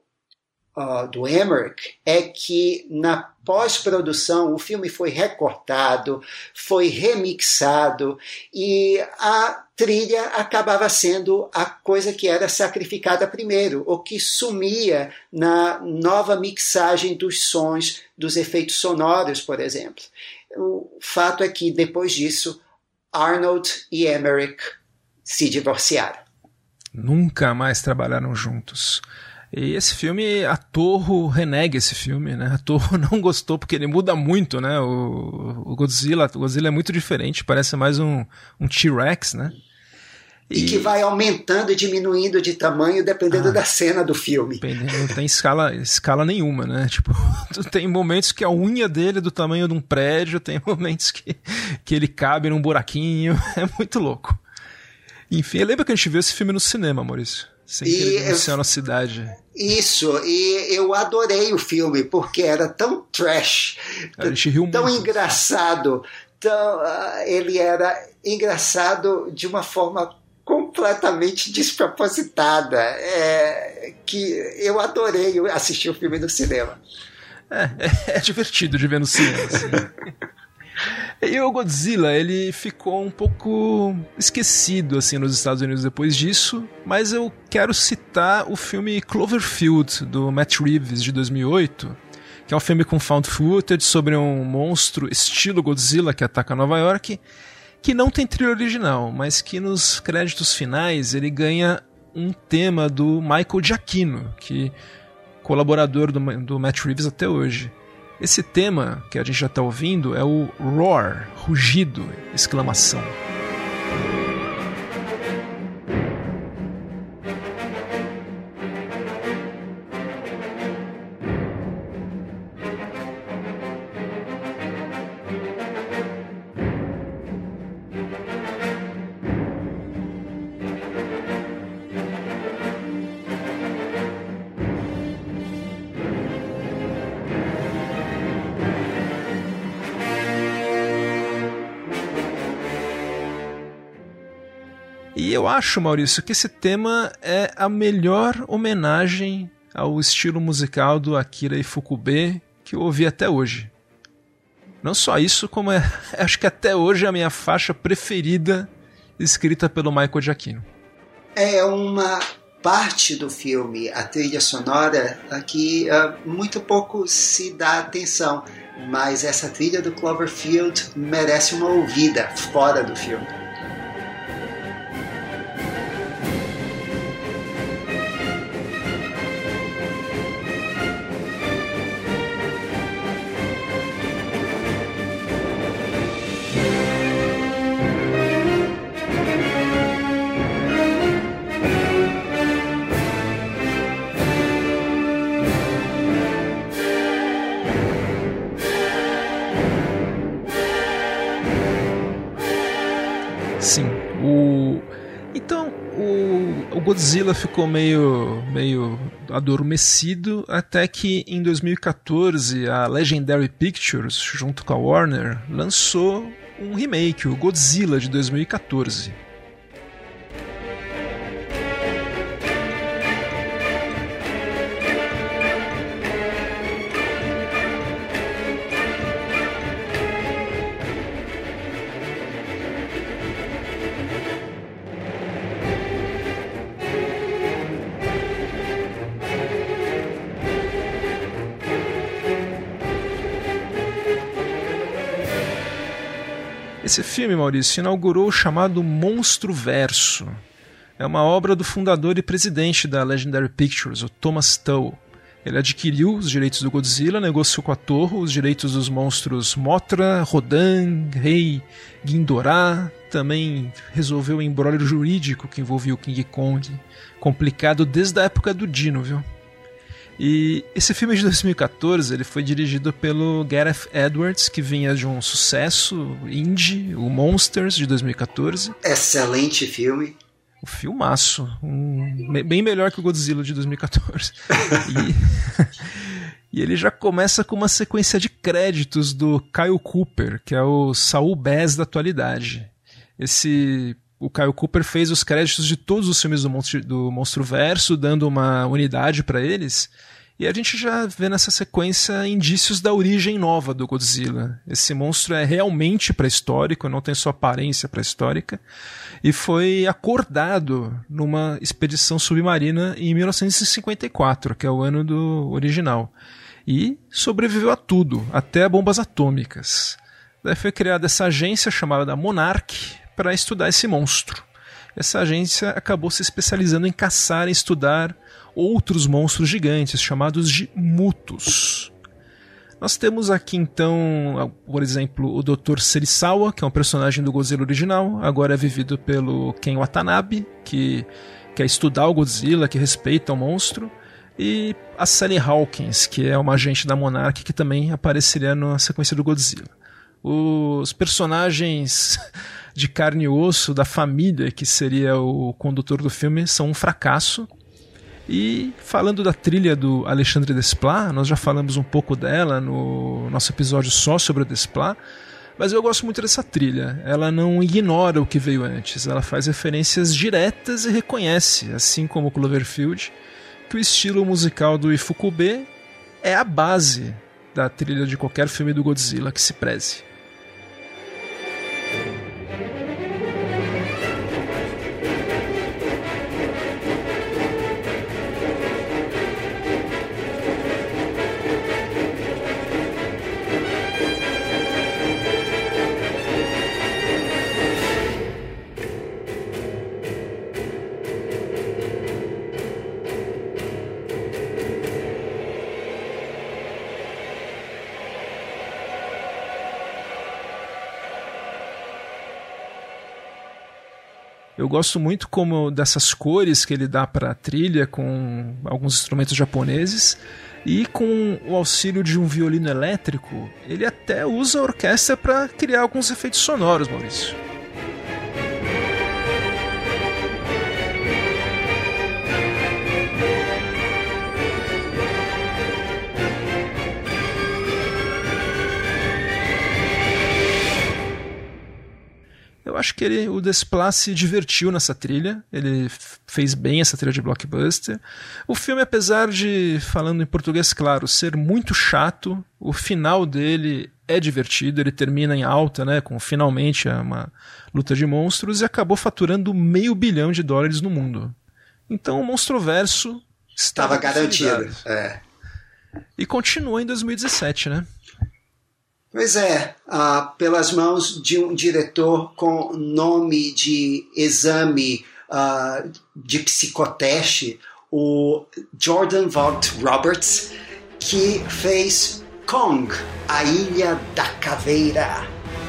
Emmerich é que na pós-produção o filme foi recortado, foi remixado e a trilha acabava sendo a coisa que era sacrificada primeiro, ou que sumia na nova mixagem dos sons, dos efeitos sonoros, por exemplo. O fato é que depois disso Arnold e Emmerich se divorciaram. Nunca mais trabalharam juntos. E esse filme, a Toho renega esse filme, né? A Toho não gostou porque ele muda muito, né? O Godzilla é muito diferente, parece mais um T-Rex, né? E que vai aumentando e diminuindo de tamanho dependendo da cena do filme. Não tem escala nenhuma, né? Tipo, tem momentos que a unha dele é do tamanho de um prédio, tem momentos que ele cabe num buraquinho, é muito louco. Enfim, lembra que a gente viu esse filme no cinema, Maurício? Sem que ele denunciou na cidade. Isso, e eu adorei o filme, porque era tão trash, a gente riu tão muito. Engraçado, ele era engraçado de uma forma completamente despropositada, que eu adorei assistir o filme no cinema. É divertido de ver no cinema, assim. E o Godzilla, ele ficou um pouco esquecido assim nos Estados Unidos depois disso, mas eu quero citar o filme Cloverfield, do Matt Reeves, de 2008, que é um filme com found footage sobre um monstro estilo Godzilla que ataca Nova York, que não tem trilha original, mas que nos créditos finais ele ganha um tema do Michael Giacchino, que é colaborador do Matt Reeves até hoje. Esse tema que a gente já está ouvindo é o Roar, rugido, exclamação. E eu acho, Maurício, que esse tema é a melhor homenagem ao estilo musical do Akira Ifukube que eu ouvi até hoje. Não só isso, como acho que até hoje é a minha faixa preferida escrita pelo Michael Giacchino. É uma parte do filme, a trilha sonora, que muito pouco se dá atenção, mas essa trilha do Cloverfield merece uma ouvida fora do filme. Sim, então o Godzilla ficou meio adormecido até que em 2014 a Legendary Pictures, junto com a Warner, lançou um remake, o Godzilla de 2014. Esse filme, Maurício, inaugurou o chamado Monstruverso. É uma obra do fundador e presidente da Legendary Pictures, o Thomas Tull. Ele adquiriu os direitos do Godzilla, negociou com a Toho os direitos dos monstros Mothra, Rodan, Rei, Ghidorah. Também resolveu o embrólio jurídico que envolvia o King Kong, complicado desde a época do Dino, viu? E esse filme de 2014 ele foi dirigido pelo Gareth Edwards, que vinha de um sucesso indie, o Monsters, de 2014. Excelente filme. Um filmaço. Bem melhor que o Godzilla de 2014. E ele já começa com uma sequência de créditos do Kyle Cooper, que é o Saul Bass da atualidade. O Kyle Cooper fez os créditos de todos os filmes do Monstruverso, dando uma unidade para eles. E a gente já vê nessa sequência indícios da origem nova do Godzilla. Esse monstro é realmente pré-histórico, não tem sua aparência pré-histórica, e foi acordado numa expedição submarina em 1954, que é o ano do original. E sobreviveu a tudo, até a bombas atômicas. Daí foi criada essa agência chamada Monarch para estudar esse monstro. Essa agência acabou se especializando em caçar e estudar outros monstros gigantes, chamados de Mutos. Nós temos aqui então, por exemplo, o Dr. Serizawa, que é um personagem do Godzilla original, agora é vivido pelo Ken Watanabe, que quer estudar o Godzilla, que respeita o monstro, e a Sally Hawkins, que é uma agente da Monarch, que também apareceria na sequência do Godzilla. Os personagens de carne e osso da família, que seria o condutor do filme, são um fracasso. E falando da trilha do Alexandre Desplat, nós já falamos um pouco dela no nosso episódio só sobre o Desplat, mas eu gosto muito dessa trilha. Ela não ignora o que veio antes, ela faz referências diretas e reconhece, assim como o Cloverfield, que o estilo musical do Ifukube é a base da trilha de qualquer filme do Godzilla que se preze. Eu gosto muito dessas cores que ele dá para a trilha com alguns instrumentos japoneses e com o auxílio de um violino elétrico, ele até usa a orquestra para criar alguns efeitos sonoros, Maurício. Eu acho que o Desplat se divertiu nessa trilha, ele fez bem essa trilha de blockbuster. O filme, apesar de, falando em português claro, ser muito chato, o final dele é divertido, ele termina em alta, né, com finalmente uma luta de monstros, e acabou faturando $500 milhão no mundo. Então o Monstroverso estava garantido. E continuou em 2017, né? Pois é, pelas mãos de um diretor com nome de exame de psicoteste, o Jordan Vogt Roberts, que fez Kong, a Ilha da Caveira.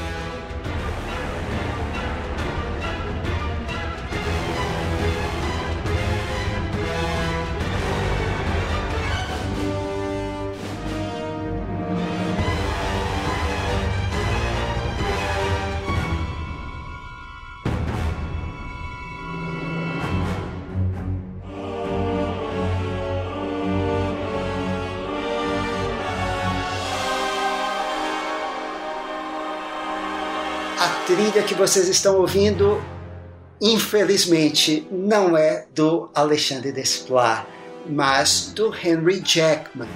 A trilha que vocês estão ouvindo, infelizmente, não é do Alexandre Desplat, mas do Henry Jackman.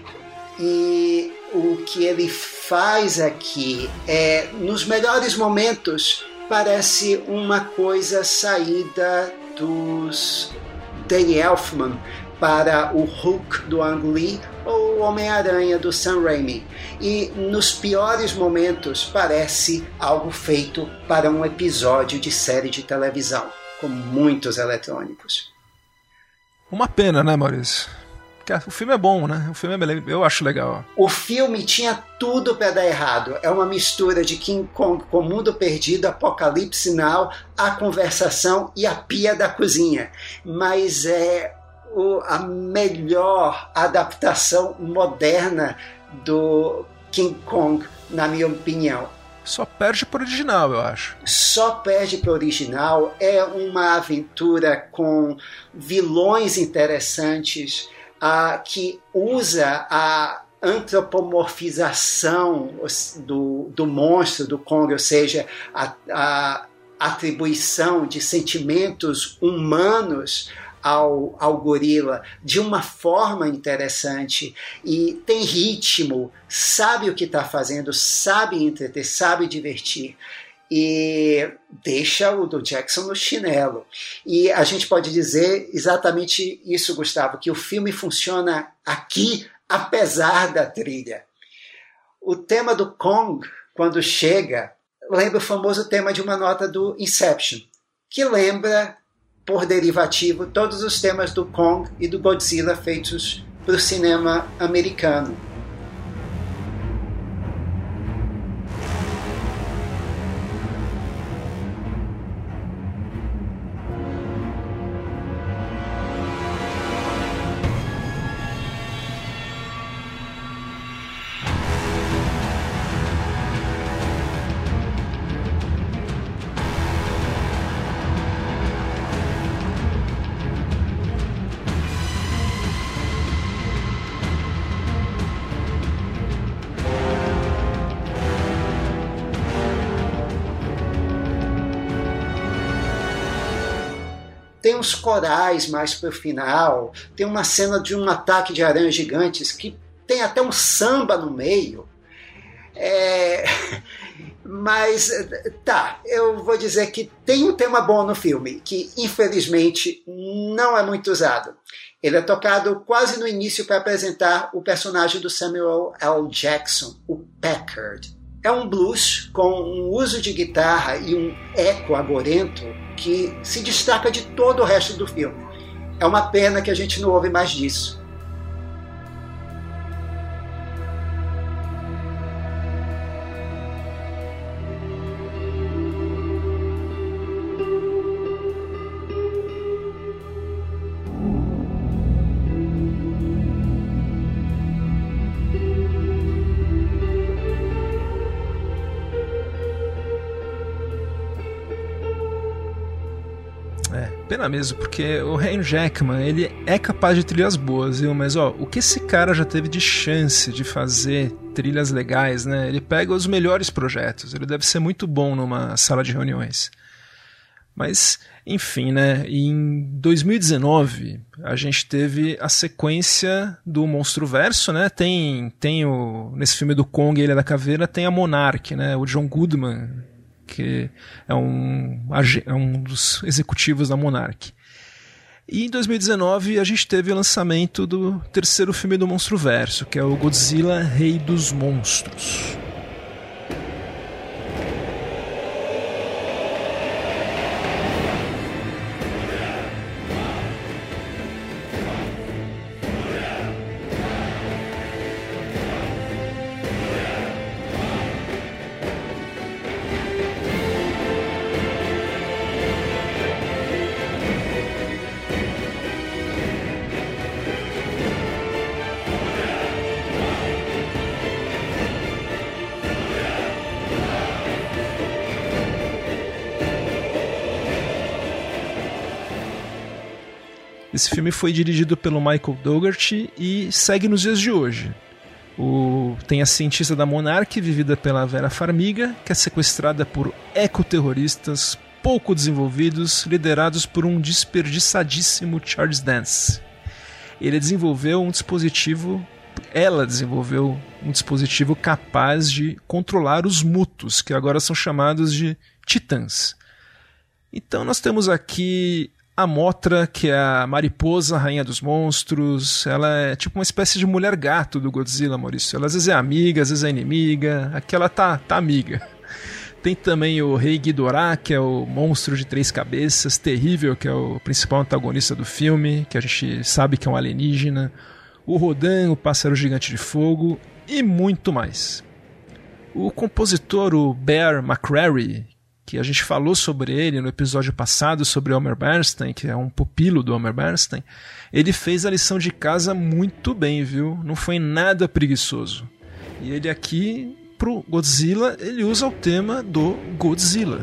E o que ele faz aqui é, nos melhores momentos, parece uma coisa saída dos Danny Elfman para o Hulk do Ang Lee ou o Homem-Aranha do Sam Raimi. E nos piores momentos parece algo feito para um episódio de série de televisão, com muitos eletrônicos. Uma pena, né, Maurício? Porque o filme é bom, né? O filme eu acho legal. O filme tinha tudo para dar errado. É uma mistura de King Kong com Mundo Perdido, Apocalipse Now, A Conversação e A Pia da Cozinha. Mas é a melhor adaptação moderna do King Kong, na minha opinião. Só perde pro original, eu acho. Só perde pro original. É uma aventura com vilões interessantes, que usa a antropomorfização do monstro, do Kong, ou seja, a atribuição de sentimentos humanos ao gorila de uma forma interessante, e tem ritmo, sabe o que está fazendo, sabe entreter, sabe divertir, e deixa o do Jackson no chinelo. E a gente pode dizer exatamente isso, Gustavo, que o filme funciona aqui apesar da trilha. O tema do Kong, quando chega, lembra o famoso tema de uma nota do Inception, que lembra, por derivativo, todos os temas do Kong e do Godzilla feitos para o cinema americano. Tem uns corais mais para o final, tem uma cena de um ataque de aranhas gigantes que tem até um samba no meio. Mas tá, eu vou dizer que tem um tema bom no filme, que infelizmente não é muito usado. Ele é tocado quase no início para apresentar o personagem do Samuel L. Jackson, o Packard. É um blues com um uso de guitarra e um eco agorento que se destaca de todo o resto do filme. É uma pena que a gente não ouve mais disso. pena mesmo, porque o Hugh Jackman, ele é capaz de trilhas boas, viu? Mas, ó, o que esse cara já teve de chance de fazer trilhas legais, né? Ele pega os melhores projetos, ele deve ser muito bom numa sala de reuniões. Mas, enfim, né? Em 2019, a gente teve a sequência do Monstruverso, né? Nesse filme do Kong, Ilha da Caveira, tem a Monarch, né? O John Goodman, que é um dos executivos da Monarch. E em 2019 a gente teve o lançamento do terceiro filme do Monstruverso, que é o Godzilla, Rei dos Monstros. Esse filme foi dirigido pelo Michael Dougherty e segue nos dias de hoje. Tem a cientista da Monarch, vivida pela Vera Farmiga, que é sequestrada por ecoterroristas pouco desenvolvidos, liderados por um desperdiçadíssimo Charles Dance. Ela desenvolveu um dispositivo capaz de controlar os mutos, que agora são chamados de titãs. Então nós temos aqui a Mothra, que é a mariposa, a rainha dos monstros. Ela é tipo uma espécie de mulher-gato do Godzilla, Maurício. Ela às vezes é amiga, às vezes é inimiga. Aqui ela tá amiga. Tem também o Rei Ghidorah, que é o monstro de 3 cabeças, terrível, que é o principal antagonista do filme, que a gente sabe que é um alienígena. O Rodan, o pássaro gigante de fogo e muito mais. O compositor, o Bear McCreary, que a gente falou sobre ele no episódio passado sobre Elmer Bernstein, que é um pupilo do Elmer Bernstein, ele fez a lição de casa muito bem, viu? Não foi nada preguiçoso. E ele aqui, pro Godzilla, ele usa o tema do Godzilla.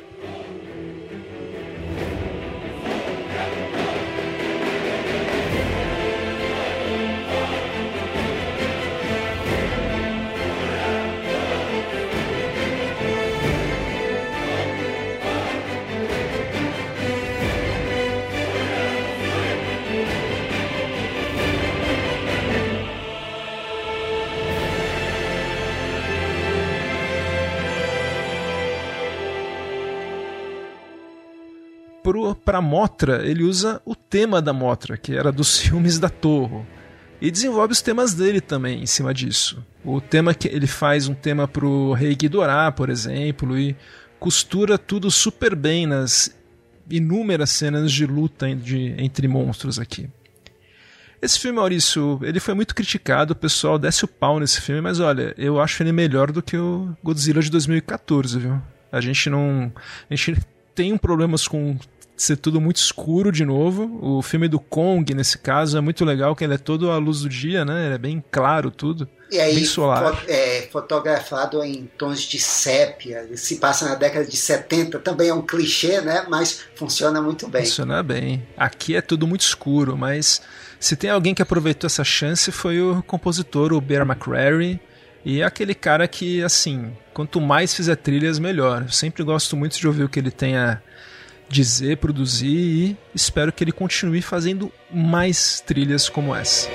Para Mothra, ele usa o tema da Mothra, que era dos filmes da Toho, e desenvolve os temas dele também em cima disso. O tema que ele faz um tema pro Rei Ghidorah, por exemplo, e costura tudo super bem nas inúmeras cenas de luta entre monstros aqui. Esse filme, Maurício, ele foi muito criticado, o pessoal desce o pau nesse filme, mas olha, eu acho ele melhor do que o Godzilla de 2014, viu? A gente tem problemas com ser tudo muito escuro de novo. O filme do Kong, nesse caso, é muito legal, que ele é todo à luz do dia, né? Ele é bem claro tudo, e aí, bem solar. Fotografado em tons de sépia. Ele se passa na década de 70, também é um clichê, né? Mas funciona muito bem. Funciona bem. Aqui é tudo muito escuro, mas se tem alguém que aproveitou essa chance foi o compositor, o Bear McCreary, e é aquele cara que, assim, quanto mais fizer trilhas, melhor. Eu sempre gosto muito de ouvir o que ele tem a dizer, produzir, e espero que ele continue fazendo mais trilhas como essa.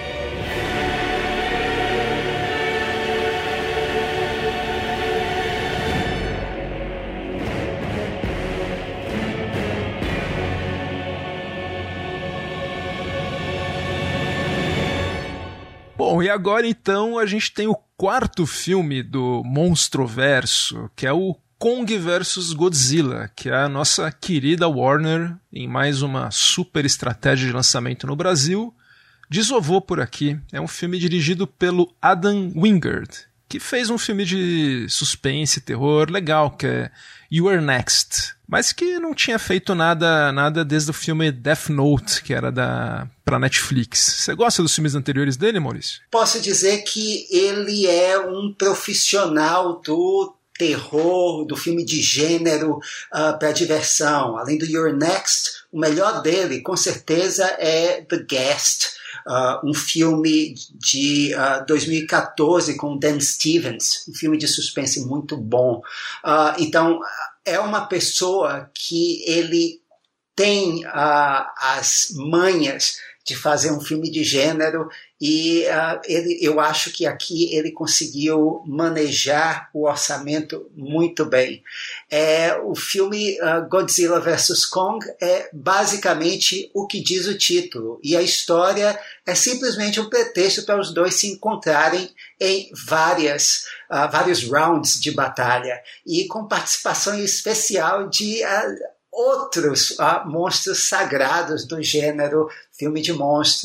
Bom, e agora então a gente tem o quarto filme do Monstroverso, que é o Kong vs Godzilla, que é a nossa querida Warner, em mais uma super estratégia de lançamento no Brasil, desovou por aqui. É um filme dirigido pelo Adam Wingard, que fez um filme de suspense e terror legal, que é You Are Next, mas que não tinha feito nada desde o filme Death Note, que era pra Netflix. Você gosta dos filmes anteriores dele, Maurício? Posso dizer que ele é um profissional do terror, do filme de gênero para diversão. Além do You're Next, o melhor dele, com certeza, é The Guest, um filme de 2014 com Dan Stevens, um filme de suspense muito bom. Então, é uma pessoa que ele tem as manhas de fazer um filme de gênero e eu acho que aqui ele conseguiu manejar o orçamento muito bem. O filme Godzilla vs. Kong é basicamente o que diz o título, e a história é simplesmente um pretexto para os dois se encontrarem em vários rounds de batalha, e com participação especial de outros monstros sagrados do gênero filme de monstro.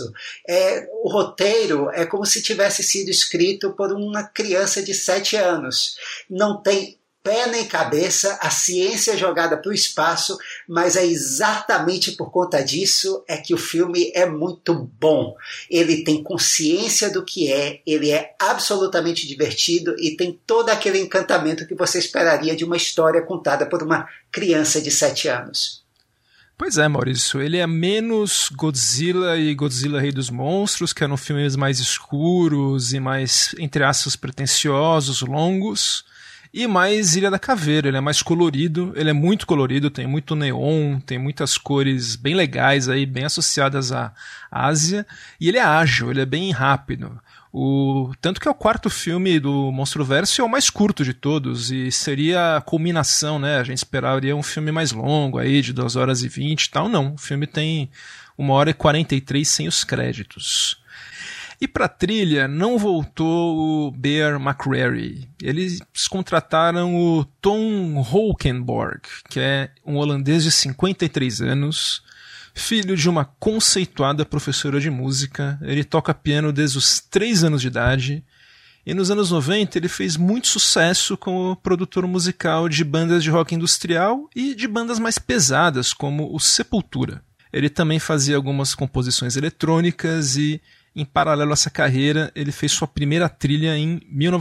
O roteiro é como se tivesse sido escrito por uma criança de 7 anos. Não tem pé nem cabeça, a ciência é jogada para o espaço, mas é exatamente por conta disso que o filme é muito bom. Ele tem consciência do que ele é absolutamente divertido e tem todo aquele encantamento que você esperaria de uma história contada por uma criança de 7 anos. Pois é, Maurício, ele é menos Godzilla e Godzilla Rei dos Monstros, que eram filmes mais escuros e mais, entre aspas, pretensiosos, longos, e mais Ilha da Caveira. Ele é mais colorido, ele é muito colorido, tem muito neon, tem muitas cores bem legais aí, bem associadas à Ásia, e ele é ágil, ele é bem rápido. Tanto que é o quarto filme do Monstruverso e é o mais curto de todos, e seria a culminação, né? A gente esperaria um filme mais longo aí, de 2 horas e 20 e tal. Não, o filme tem 1 hora e 43 sem os créditos. E para a trilha não voltou o Bear McCreary. Eles contrataram o Tom Holkenborg, que é um holandês de 53 anos, filho de uma conceituada professora de música. Ele toca piano desde os 3 anos de idade. E nos anos 90 ele fez muito sucesso como produtor musical de bandas de rock industrial e de bandas mais pesadas, como o Sepultura. Ele também fazia algumas composições eletrônicas e, em paralelo a essa carreira, ele fez sua primeira trilha em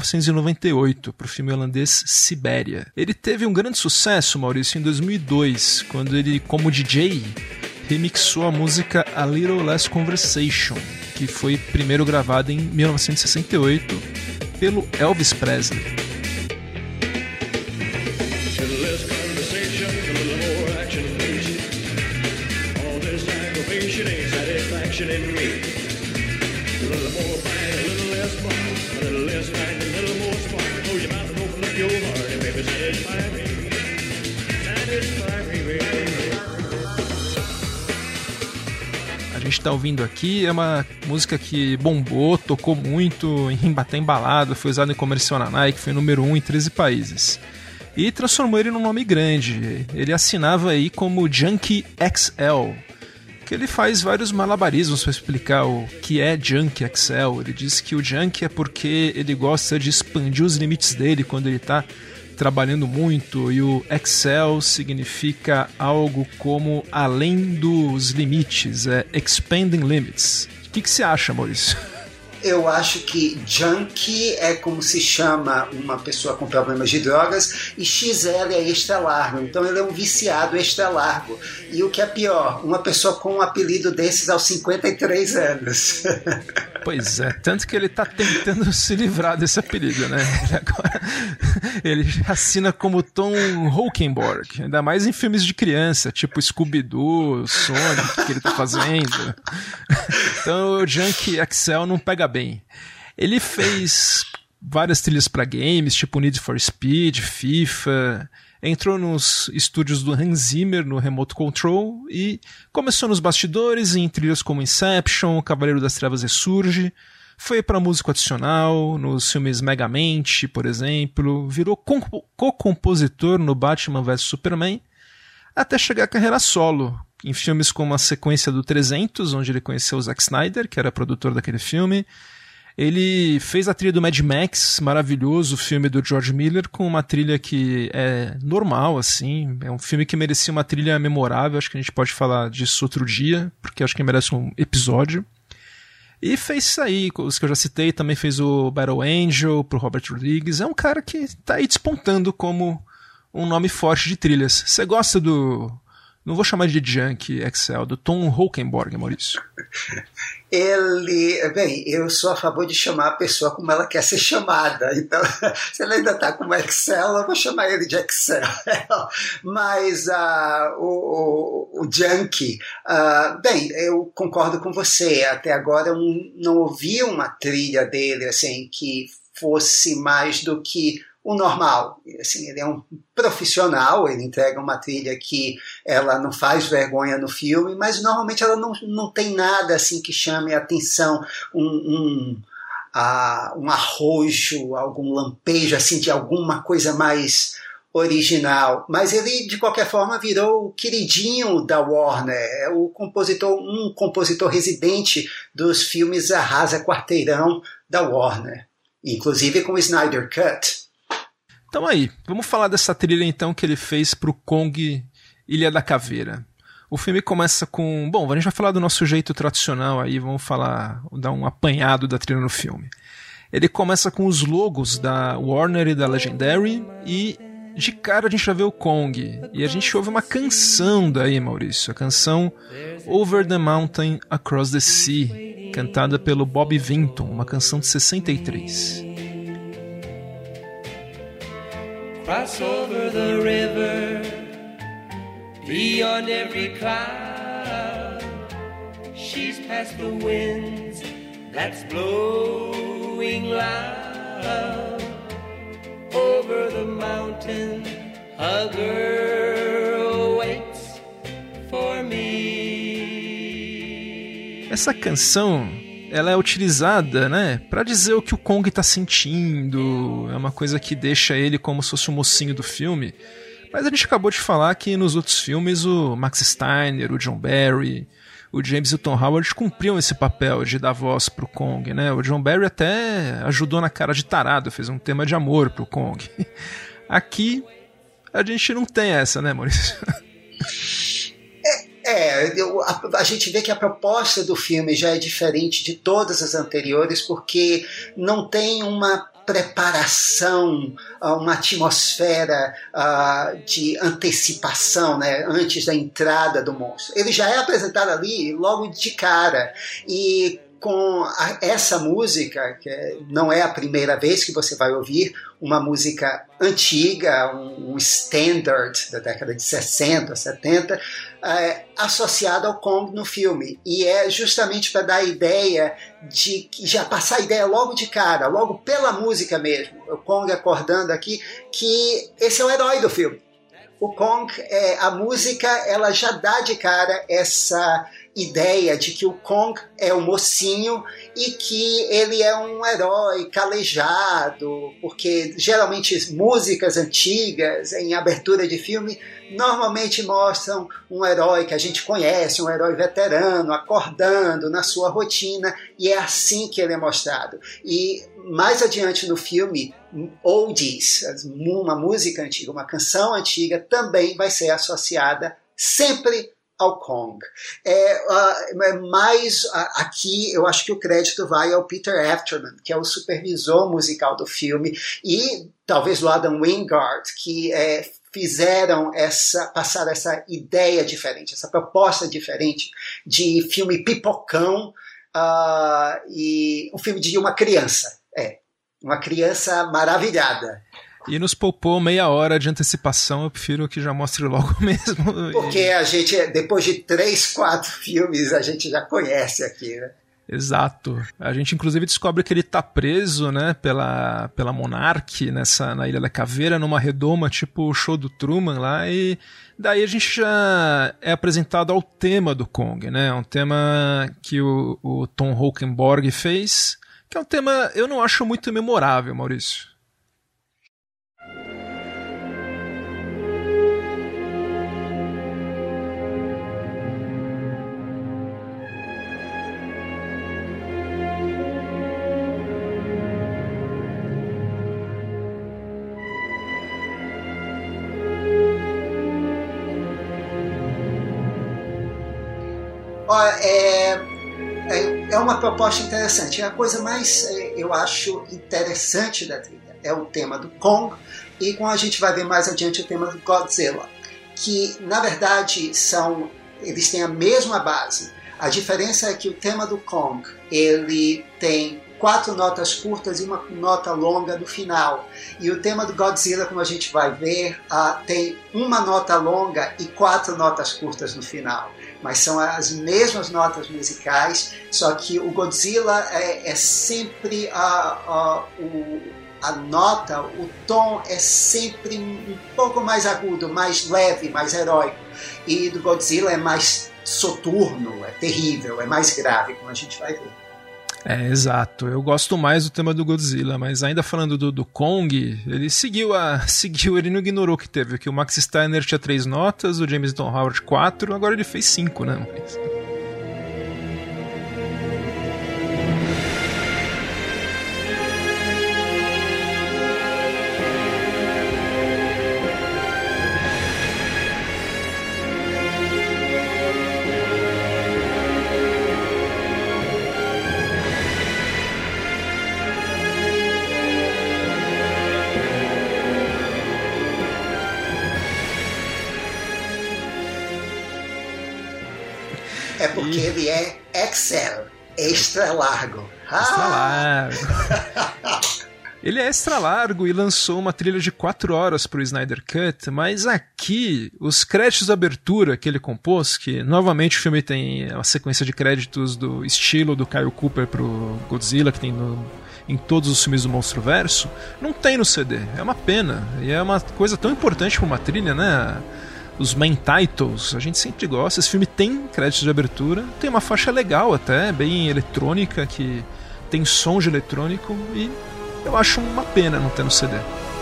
1998 para o filme holandês Sibéria. Ele teve um grande sucesso, Maurício, em 2002, quando ele, como DJ, remixou a música A Little Less Conversation, que foi primeiro gravada em 1968 pelo Elvis Presley. A gente está ouvindo aqui é uma música que bombou, tocou muito em Bater Embalado, foi usado em comercial na Nike, foi número 1 em 13 países. E transformou ele num nome grande. Ele assinava aí como Junkie XL, que ele faz vários malabarismos para explicar o que é Junkie XL. Ele diz que o Junkie é porque ele gosta de expandir os limites dele quando ele está trabalhando muito, e o Excel significa algo como além dos limites, expanding limits. O que você acha, Maurício? Eu acho que junkie é como se chama uma pessoa com problemas de drogas, e XL é extra largo, então ele é um viciado extra largo. E o que é pior, uma pessoa com um apelido desses aos 53 anos. Pois é, tanto que ele está tentando se livrar desse apelido, né? Ele assina como Tom Holkenborg, ainda mais em filmes de criança, tipo Scooby-Doo, Sonic, que ele está fazendo. Então o Junkie XL não pega bem. Ele fez várias trilhas para games, tipo Need for Speed, FIFA, entrou nos estúdios do Hans Zimmer no Remote Control e começou nos bastidores em trilhas como Inception, Cavaleiro das Trevas Ressurge, foi para músico adicional nos filmes Megamente, por exemplo, virou co-compositor no Batman vs Superman, até chegar à carreira solo, em filmes como a sequência do 300, onde ele conheceu o Zack Snyder, que era produtor daquele filme. Ele fez a trilha do Mad Max, maravilhoso filme do George Miller, com uma trilha que é normal, assim. É um filme que merecia uma trilha memorável, acho que a gente pode falar disso outro dia, porque acho que merece um episódio. E fez isso aí, os que eu já citei, também fez o Battle Angel pro Robert Rodriguez. É um cara que tá aí despontando como um nome forte de trilhas. Você gosta do... Não vou chamar de Junkie XL, do Tom Holkenborg, Maurício. Bem, eu sou a favor de chamar a pessoa como ela quer ser chamada. Então, se ele ainda está como Excel, eu vou chamar ele de Excel. Mas o Junkie, bem, eu concordo com você. Até agora eu não ouvi uma trilha dele assim que fosse mais do que o normal. Assim, ele é um profissional, ele entrega uma trilha que ela não faz vergonha no filme, mas normalmente ela não tem nada assim que chame a atenção, um arrojo, algum lampejo assim, de alguma coisa mais original. Mas ele, de qualquer forma, virou o queridinho da Warner, é um compositor residente dos filmes Arrasa Quarteirão da Warner, inclusive com o Snyder Cut. Então aí, vamos falar dessa trilha então que ele fez pro Kong Ilha da Caveira. O filme começa com... Bom, a gente vai falar do nosso jeito tradicional aí, vamos dar um apanhado da trilha no filme. Ele começa com os logos da Warner e da Legendary e de cara a gente já vê o Kong. E a gente ouve uma canção daí, Maurício, a canção Over the Mountain Across the Sea, cantada pelo Bobby Vinton, uma canção de 63. Cross over the river, beyond every cloud. She's past the winds that's blowing loud. Over the mountain, a girl waits for me. Essa canção, ela é utilizada, né, para dizer o que o Kong tá sentindo. É uma coisa que deixa ele como se fosse o mocinho do filme. Mas a gente acabou de falar que nos outros filmes o Max Steiner, o John Barry, o James e o Tom Howard cumpriam esse papel de dar voz pro Kong, né? O John Barry até ajudou na Cara de Tarado, fez um tema de amor pro Kong. Aqui a gente não tem essa, né, Maurício? A gente vê que a proposta do filme já é diferente de todas as anteriores, porque não tem uma preparação, uma atmosfera de antecipação, né, antes da entrada do monstro. Ele já é apresentado ali logo de cara, e com essa música, que não é a primeira vez que você vai ouvir, uma música antiga, um standard da década de 60, 70, associada ao Kong no filme. E é justamente para dar a ideia de já passar a ideia logo de cara, logo pela música mesmo, o Kong acordando aqui, que esse é o herói do filme. O Kong, a música, ela já dá de cara essa ideia de que o Kong é o mocinho e que ele é um herói calejado, porque geralmente músicas antigas em abertura de filme normalmente mostram um herói que a gente conhece, um herói veterano, acordando na sua rotina, e é assim que ele é mostrado. E mais adiante no filme, oldies, uma música antiga, uma canção antiga, também vai ser associada sempre ao Kong. Mas aqui eu acho que o crédito vai ao Peter Afterman, que é o supervisor musical do filme, e talvez o Adam Wingard, que fizeram passar essa ideia diferente, essa proposta diferente de filme pipocão, e um filme de uma criança. Uma criança maravilhada. E nos poupou meia hora de antecipação, eu prefiro que já mostre logo mesmo. Porque a gente, depois de 3, 4 filmes, a gente já conhece aqui, né? Exato. A gente inclusive descobre que ele tá preso, né, pela Monarch na Ilha da Caveira, numa redoma, tipo o show do Truman lá, e daí a gente já é apresentado ao tema do Kong, né? Um tema que o Tom Holkenborg fez, que é um tema, eu não acho muito memorável, Maurício. É é uma proposta interessante. A coisa mais, eu acho, interessante da trilha é o tema do Kong e, como a gente vai ver mais adiante, o tema do Godzilla, que, na verdade, eles têm a mesma base. A diferença é que o tema do Kong, ele tem 4 notas curtas e uma nota longa no final. E o tema do Godzilla, como a gente vai ver, tem uma nota longa e 4 notas curtas no final. Mas são as mesmas notas musicais, só que o Godzilla é sempre a nota, o tom é sempre um pouco mais agudo, mais leve, mais heróico. E do Godzilla é mais soturno, é terrível, é mais grave, como a gente vai ver. Exato. Eu gosto mais do tema do Godzilla, mas ainda falando do Kong, ele seguiu, ele não ignorou o que teve, que o Max Steiner tinha 3 notas, o James Newton Howard 4, agora ele fez 5, né? É porque ele é Excel, extra largo. Extra largo. Ele é extra largo e lançou uma trilha de 4 horas para o Snyder Cut, mas aqui, os créditos de abertura que ele compôs, que novamente o filme tem uma sequência de créditos do estilo do Kyle Cooper pro Godzilla, que tem em todos os filmes do Monstruverso, não tem no CD. É uma pena. E é uma coisa tão importante para uma trilha, né? Os main titles, a gente sempre gosta. Esse filme tem créditos de abertura, tem uma faixa legal até, bem eletrônica, que tem som de eletrônico, e eu acho uma pena não ter no CD.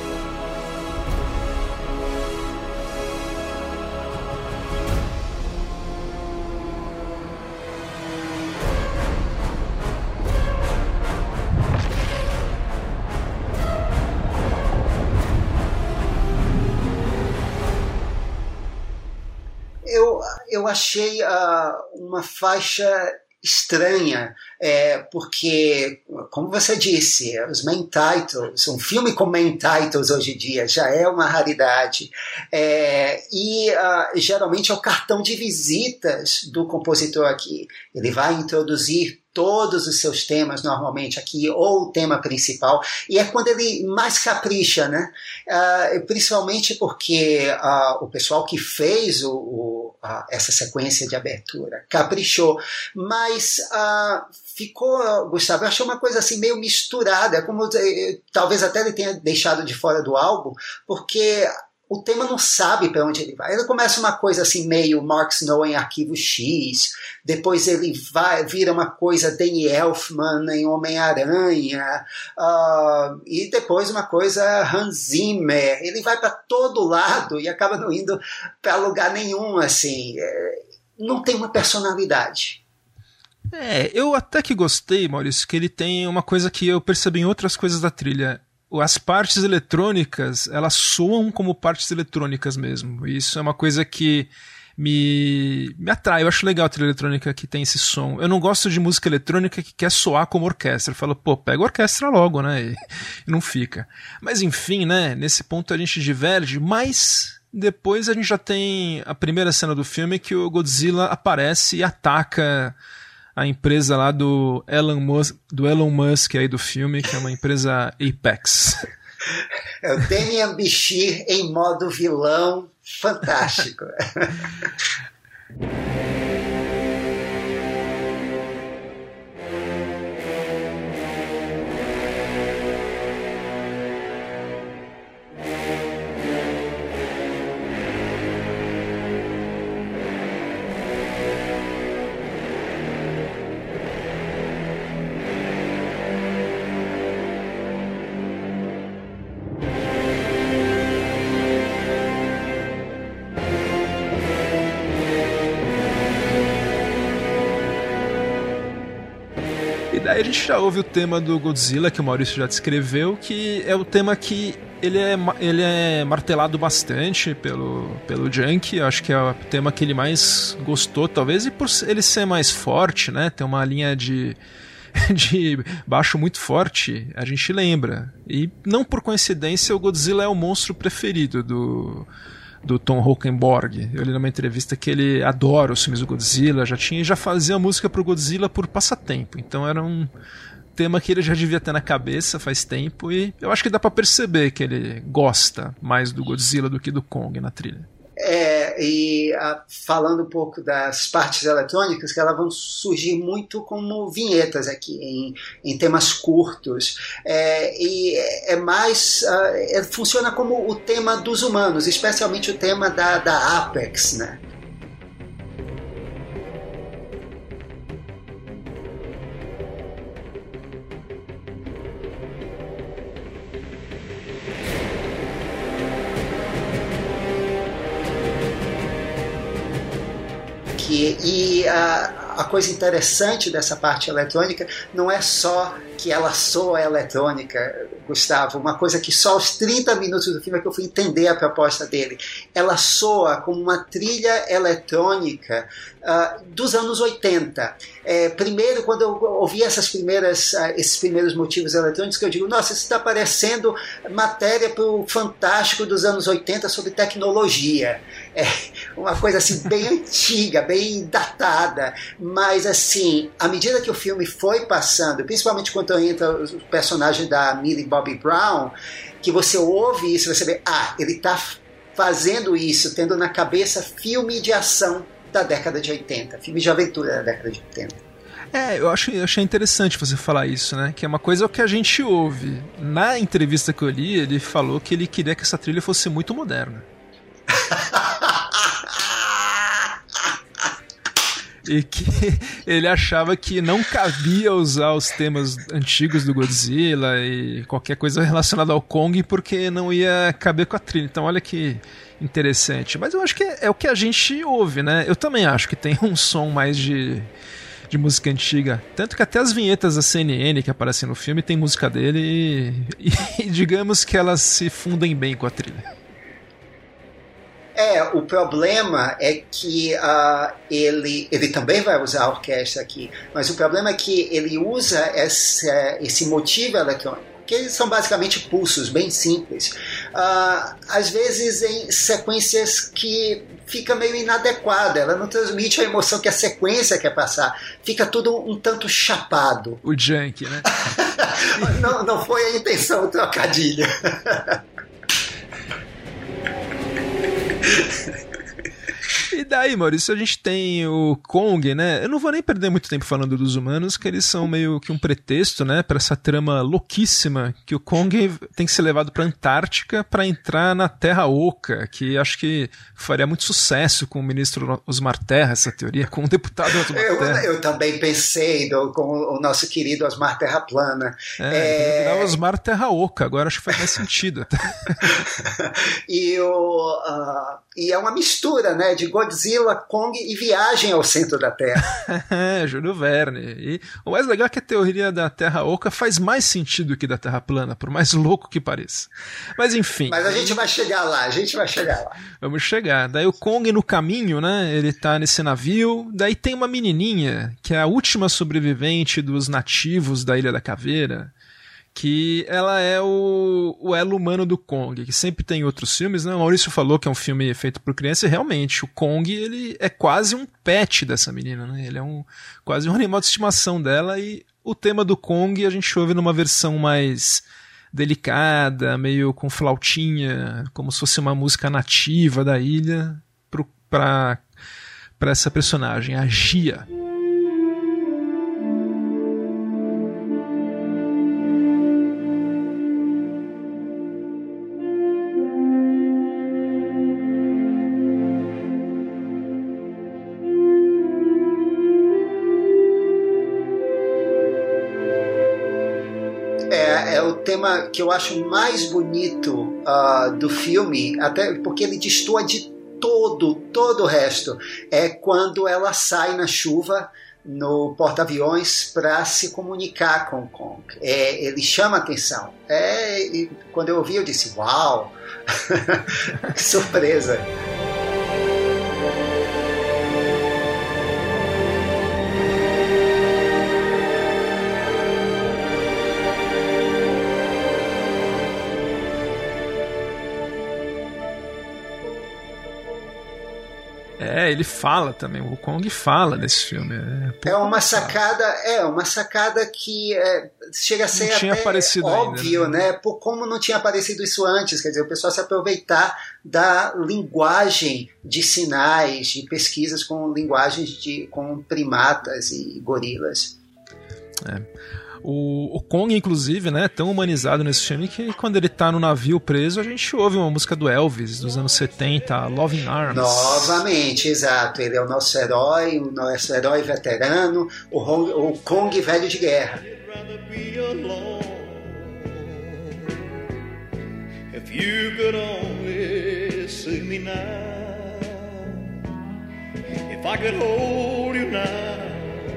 Eu achei uma faixa estranha, porque, como você disse, os main titles, um filme com main titles hoje em dia já é uma raridade, e geralmente é o cartão de visitas do compositor aqui. Ele vai introduzir todos os seus temas normalmente aqui, ou o tema principal, e é quando ele mais capricha, né? Principalmente porque o pessoal que fez essa sequência de abertura caprichou, mas ficou, Gustavo, eu achei uma coisa assim meio misturada, como talvez até ele tenha deixado de fora do álbum, porque o tema não sabe para onde ele vai. Ele começa uma coisa assim meio Mark Snow em Arquivo X, depois ele vira uma coisa Danny Elfman em Homem-Aranha, e depois uma coisa Hans Zimmer. Ele vai para todo lado e acaba não indo para lugar nenhum, assim. Não tem uma personalidade. Eu até que gostei, Maurício, que ele tem uma coisa que eu percebi em outras coisas da trilha. As partes eletrônicas, elas soam como partes eletrônicas mesmo. Isso é uma coisa que me atrai. Eu acho legal a trilha eletrônica que tem esse som. Eu não gosto de música eletrônica que quer soar como orquestra. Eu falo, pega a orquestra logo, né? E não fica. Mas enfim, né? Nesse ponto a gente diverge, mas depois a gente já tem a primeira cena do filme que o Godzilla aparece e ataca a empresa lá do Elon Musk aí do filme, que é uma empresa Apex. É o Demian Bichir em modo vilão, fantástico. Aí a gente já ouve o tema do Godzilla, que o Maurício já descreveu, que é o tema que ele é martelado bastante pelo Junkie. Acho que é o tema que ele mais gostou, talvez, e por ele ser mais forte, né? Tem uma linha de baixo muito forte, a gente lembra. E não por coincidência, o Godzilla é o monstro preferido do Tom Holkenborg. Eu li numa entrevista que ele adora os filmes do Godzilla, já fazia música pro Godzilla por passatempo. Então era um tema que ele já devia ter na cabeça faz tempo, e eu acho que dá pra perceber que ele gosta mais do Godzilla do que do Kong na trilha. Falando um pouco das partes eletrônicas, que elas vão surgir muito como vinhetas aqui, em temas curtos, funciona como o tema dos humanos, especialmente o tema da Apex, né? E a coisa interessante dessa parte eletrônica não é só que ela soa eletrônica, Gustavo, uma coisa que só aos 30 minutos do filme é que eu fui entender a proposta dele. Ela soa como uma trilha eletrônica dos anos 80. Primeiro, quando eu ouvi esses primeiros motivos eletrônicos, que eu digo, nossa, isso está parecendo matéria para o Fantástico dos anos 80 sobre tecnologia. Uma coisa assim bem antiga, bem datada, mas assim, à medida que o filme foi passando, principalmente quando entra o personagem da Millie Bobby Brown, que você ouve isso, você vê, ele está fazendo isso, tendo na cabeça filme de ação da década de 80, filme de aventura da década de 80. Eu achei interessante você falar isso, né? Que é uma coisa que a gente ouve. Na entrevista que eu li, ele falou que ele queria que essa trilha fosse muito moderna. E que ele achava que não cabia usar os temas antigos do Godzilla e qualquer coisa relacionada ao Kong, porque não ia caber com a trilha. Então olha que interessante. Mas eu acho que é o que a gente ouve, né? Eu também acho que tem um som mais de música antiga. Tanto que até as vinhetas da CNN que aparecem no filme tem música dele e digamos que elas se fundem bem com a trilha. O problema é que ele também vai usar a orquestra aqui, mas o problema é que ele usa esse motivo eletrônico, que são basicamente pulsos bem simples, às vezes em sequências que fica meio inadequada, ela não transmite a emoção que a sequência quer passar, fica tudo um tanto chapado. O Junkie, né? não foi a intenção do trocadilho. E daí, Maurício, a gente tem o Kong, né? Eu não vou nem perder muito tempo falando dos humanos, que eles são meio que um pretexto, né, para essa trama louquíssima que o Kong tem que ser levado para a Antártica para entrar na Terra Oca, que acho que faria muito sucesso com o ministro Osmar Terra, essa teoria, com o deputado Osmar Terra. Eu também pensei com o nosso querido Osmar Terra Plana. Virar Osmar Terra Oca, agora acho que faz mais sentido. E é uma mistura, né, de Godzilla, Kong e Viagem ao Centro da Terra. Júlio Verne. E o mais legal é que a teoria da Terra Oca faz mais sentido que da Terra plana, por mais louco que pareça. Mas enfim. Mas a gente vai chegar lá, Vamos chegar. Daí o Kong no caminho, né, ele tá nesse navio, daí tem uma menininha, que é a última sobrevivente dos nativos da Ilha da Caveira, que ela é o elo humano do Kong, que sempre tem outros filmes, né? O Maurício falou que é um filme feito por criança, e realmente, o Kong, ele é quase um pet dessa menina, né? Ele é quase um animal de estimação dela, e o tema do Kong a gente ouve numa versão mais delicada, meio com flautinha, como se fosse uma música nativa da ilha, para essa personagem, a Gia. É o tema que eu acho mais bonito do filme, até porque ele destoa de todo o resto. É quando ela sai na chuva no porta-aviões para se comunicar com o Kong. Ele chama atenção. E quando eu ouvi, eu disse, uau, que surpresa. Ele fala também, o Kong fala nesse filme. É uma sacada que chega a ser não tinha até aparecido óbvio, ainda, né? Por como não tinha aparecido isso antes, quer dizer, o pessoal se aproveitar da linguagem de sinais, de pesquisas com linguagens com primatas e gorilas. O Kong, inclusive, né, tão humanizado nesse filme que quando ele tá no navio preso, a gente ouve uma música do Elvis, dos anos 70, Loving Arms. Novamente, exato. Ele é o nosso herói veterano, o Kong velho de guerra. If you could only see me now, if I could hold you now.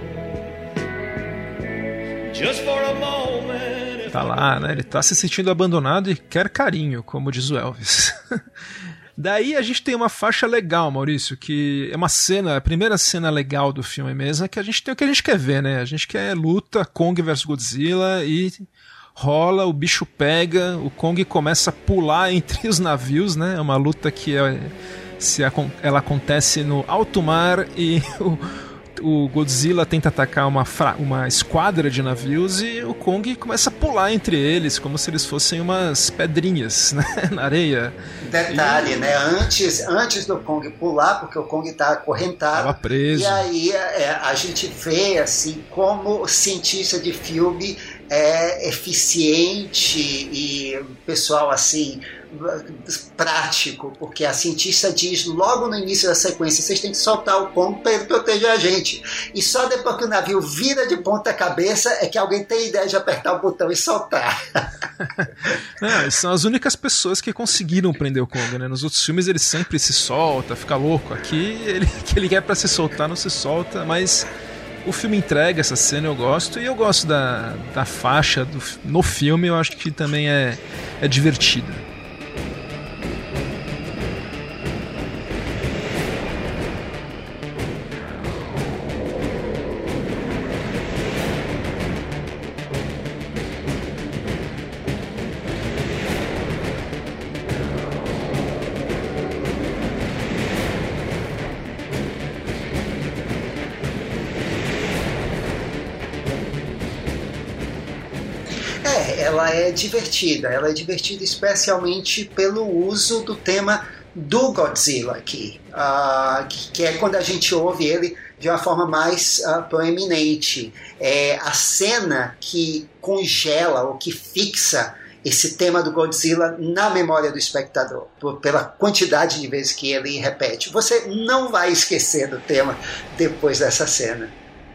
Tá lá, né? Ele tá se sentindo abandonado e quer carinho, como diz o Elvis. Daí a gente tem uma faixa legal, Maurício, que é uma cena, a primeira cena legal do filme mesmo, é que a gente tem o que a gente quer ver, né? A gente quer luta, Kong versus Godzilla, e rola, o bicho pega, o Kong começa a pular entre os navios, né? É uma luta que ela acontece no alto mar e o Godzilla tenta atacar uma esquadra de navios e o Kong começa a pular entre eles, como se eles fossem umas pedrinhas, né, na areia. Detalhe, né? Antes do Kong pular, porque o Kong está acorrentado. Estava preso. E aí a gente vê assim como o cientista de filme é eficiente e pessoal assim prático, porque a cientista diz logo no início da sequência, vocês têm que soltar o Kong para ele proteger a gente, e só depois que o navio vira de ponta cabeça é que alguém tem ideia de apertar o botão e soltar. Não, são as únicas pessoas que conseguiram prender o Kong, né? Nos outros filmes ele sempre se solta, fica louco. Aqui ele quer para se soltar, não se solta, mas o filme entrega essa cena, eu gosto, e eu gosto da faixa no filme, eu acho que também é divertida. Ela é divertida especialmente pelo uso do tema do Godzilla aqui, que é quando a gente ouve ele de uma forma mais proeminente. É a cena que congela ou que fixa esse tema do Godzilla na memória do espectador, pela quantidade de vezes que ele repete. Você não vai esquecer do tema depois dessa cena.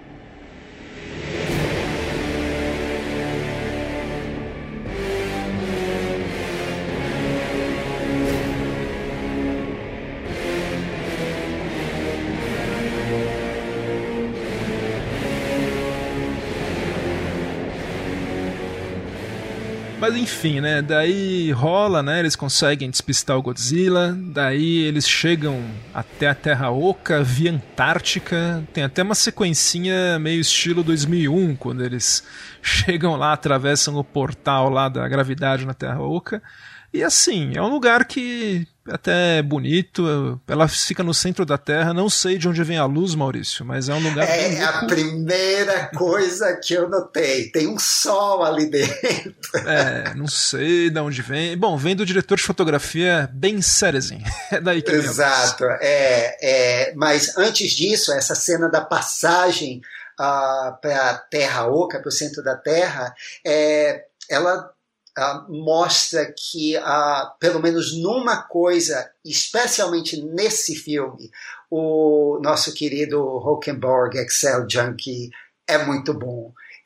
Mas enfim, né, daí rola, né, eles conseguem despistar o Godzilla, daí eles chegam até a Terra Oca, via Antártica, tem até uma sequencinha meio estilo 2001, quando eles chegam lá, atravessam o portal lá da gravidade na Terra Oca, e assim, é um lugar que até é bonito, ela fica no centro da Terra, não sei de onde vem a luz, Maurício, mas é um lugar bem louco. A primeira coisa que eu notei, tem um sol ali dentro. Não sei de onde vem. Bom, vem do diretor de fotografia Ben Serezin. É daí que vem. Exato. Mas antes disso, essa cena da passagem para a Terra Oca, para o centro da Terra, ela mostra que, pelo menos numa coisa, especialmente nesse filme, o nosso querido Hockenborg, Excel Junkie, é muito bom.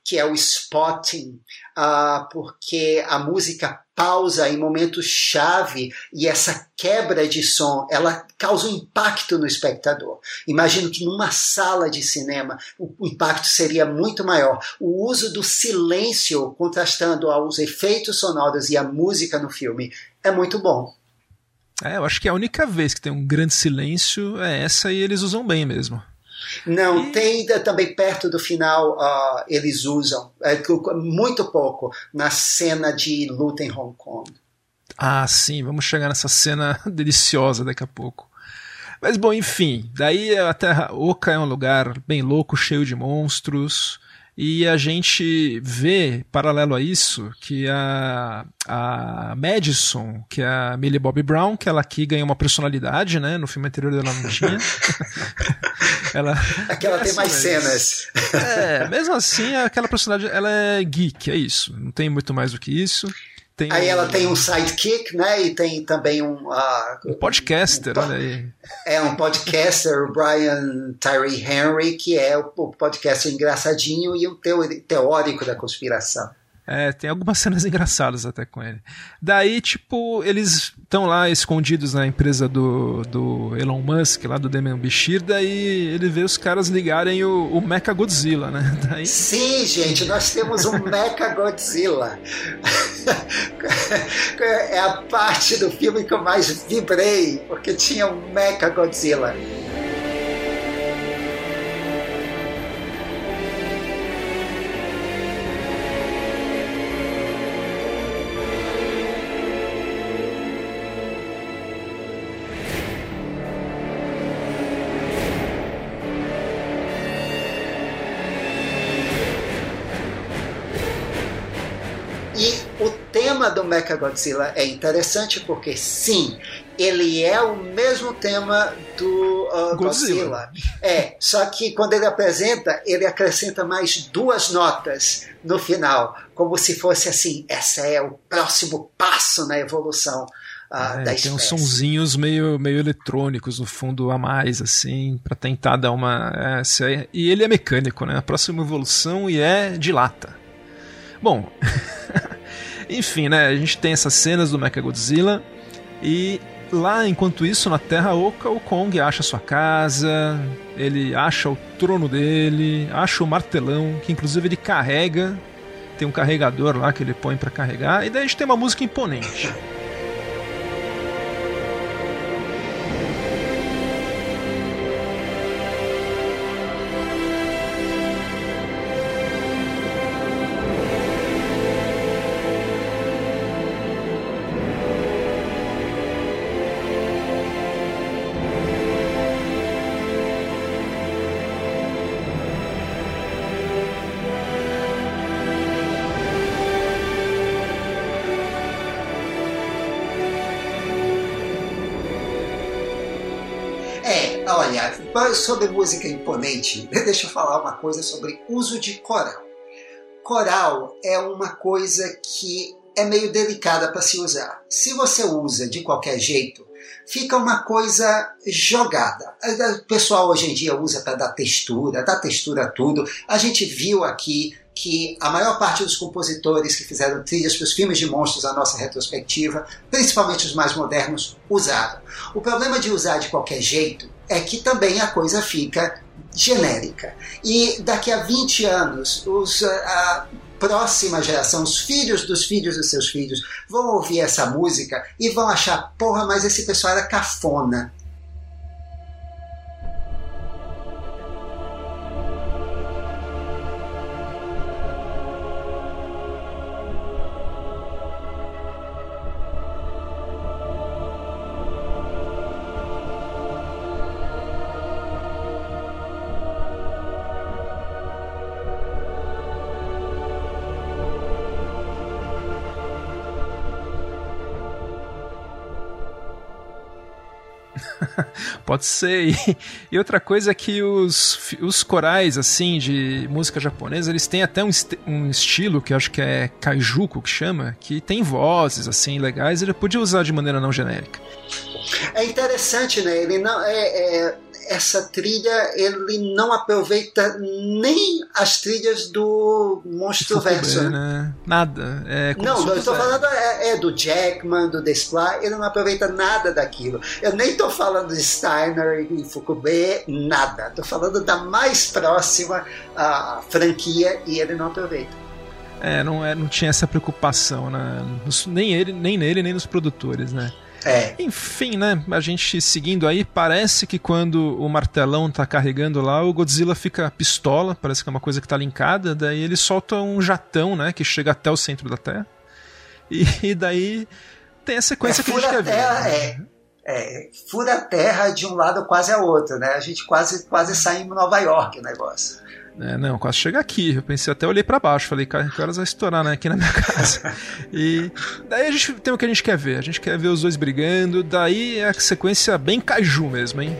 que é o spotting, porque a música pausa em momentos-chave e essa quebra de som, ela causa um impacto no espectador. Imagino que numa sala de cinema o impacto seria muito maior. O uso do silêncio contrastando aos efeitos sonoros e a música no filme é muito bom. Eu acho que a única vez que tem um grande silêncio é essa e eles usam bem mesmo. Não, tem também perto do final, eles usam, muito pouco, na cena de luta em Hong Kong. Sim, vamos chegar nessa cena deliciosa daqui a pouco. Mas bom, enfim, daí a Terra Oca é um lugar bem louco, cheio de monstros, e a gente vê, paralelo a isso, que a Madison, que é a Millie Bobby Brown, que ela aqui ganha uma personalidade, né? No filme anterior ela não tinha. Aqui ela tem mais cenas. Mesmo assim, aquela personagem, ela é geek, é isso. Não tem muito mais do que isso. Aí ela tem um sidekick, né? E tem também um podcaster, olha aí. É um podcaster, o Brian Tyree Henry, que é o podcaster engraçadinho e um teórico da conspiração. Tem algumas cenas engraçadas até com ele. Daí, tipo, eles estão lá escondidos na empresa do Elon Musk, lá do Demian Bichir, daí ele vê os caras ligarem o Mechagodzilla, né? Daí... Sim, gente, nós temos um Mechagodzilla. É a parte do filme que eu mais vibrei, porque tinha um Mechagodzilla. Do Mechagodzilla é interessante porque, sim, ele é o mesmo tema do Godzilla. Só que quando ele apresenta, ele acrescenta mais 2 notas no final, como se fosse assim, essa é o próximo passo na evolução da espécie. Tem uns sonzinhos meio eletrônicos no fundo a mais, assim, para tentar dar uma... E ele é mecânico, né? A próxima evolução e é de lata. Bom... Enfim, né, a gente tem essas cenas do Mechagodzilla e lá, enquanto isso, na Terra Oca, o Kong acha sua casa, ele acha o trono dele, acha o martelão, que inclusive ele carrega, tem um carregador lá que ele põe pra carregar, e daí a gente tem uma música imponente. Olha, sobre música imponente, deixa eu falar uma coisa sobre uso de coral. Coral é uma coisa que é meio delicada para se usar. Se você usa de qualquer jeito, fica uma coisa jogada. O pessoal hoje em dia usa para dar textura a tudo. A gente viu aqui que a maior parte dos compositores que fizeram trilhas para os filmes de monstros, a nossa retrospectiva, principalmente os mais modernos, usaram. O problema de usar de qualquer jeito é que também a coisa fica genérica. E daqui a 20 anos, a próxima geração, os filhos dos seus filhos, vão ouvir essa música e vão achar, porra, mas esse pessoal era cafona. Pode ser. E outra coisa é que os corais, assim, de música japonesa, eles têm até um estilo que eu acho que é kaijuku, que chama, que tem vozes, assim, legais, e ele podia usar de maneira não genérica. É interessante, né? Ele não essa trilha, ele não aproveita nem as trilhas do Monstruverso, né? Nada. Não, eu estou falando do Jackman, do Desplat, ele não aproveita nada daquilo. Eu nem estou falando de Steiner e Fukube, nada. Estou falando da mais próxima franquia e ele não aproveita. Não tinha essa preocupação, né? Nem nele, nem nos produtores, né? Enfim, né? A gente seguindo aí, parece que quando o martelão tá carregando lá, o Godzilla fica pistola, parece que é uma coisa que tá linkada, daí ele solta um jatão, né? Que chega até o centro da Terra. E daí tem a sequência que a gente quer ver. Fura a Terra de um lado quase a outro, né? A gente quase sai em Nova York o negócio. Não, quase chega aqui. Eu pensei, até olhei pra baixo, falei, cara, que horas vai estourar, né, aqui na minha casa. E daí a gente tem o que a gente quer ver. A gente quer ver os dois brigando. Daí é a sequência bem kaiju mesmo, hein?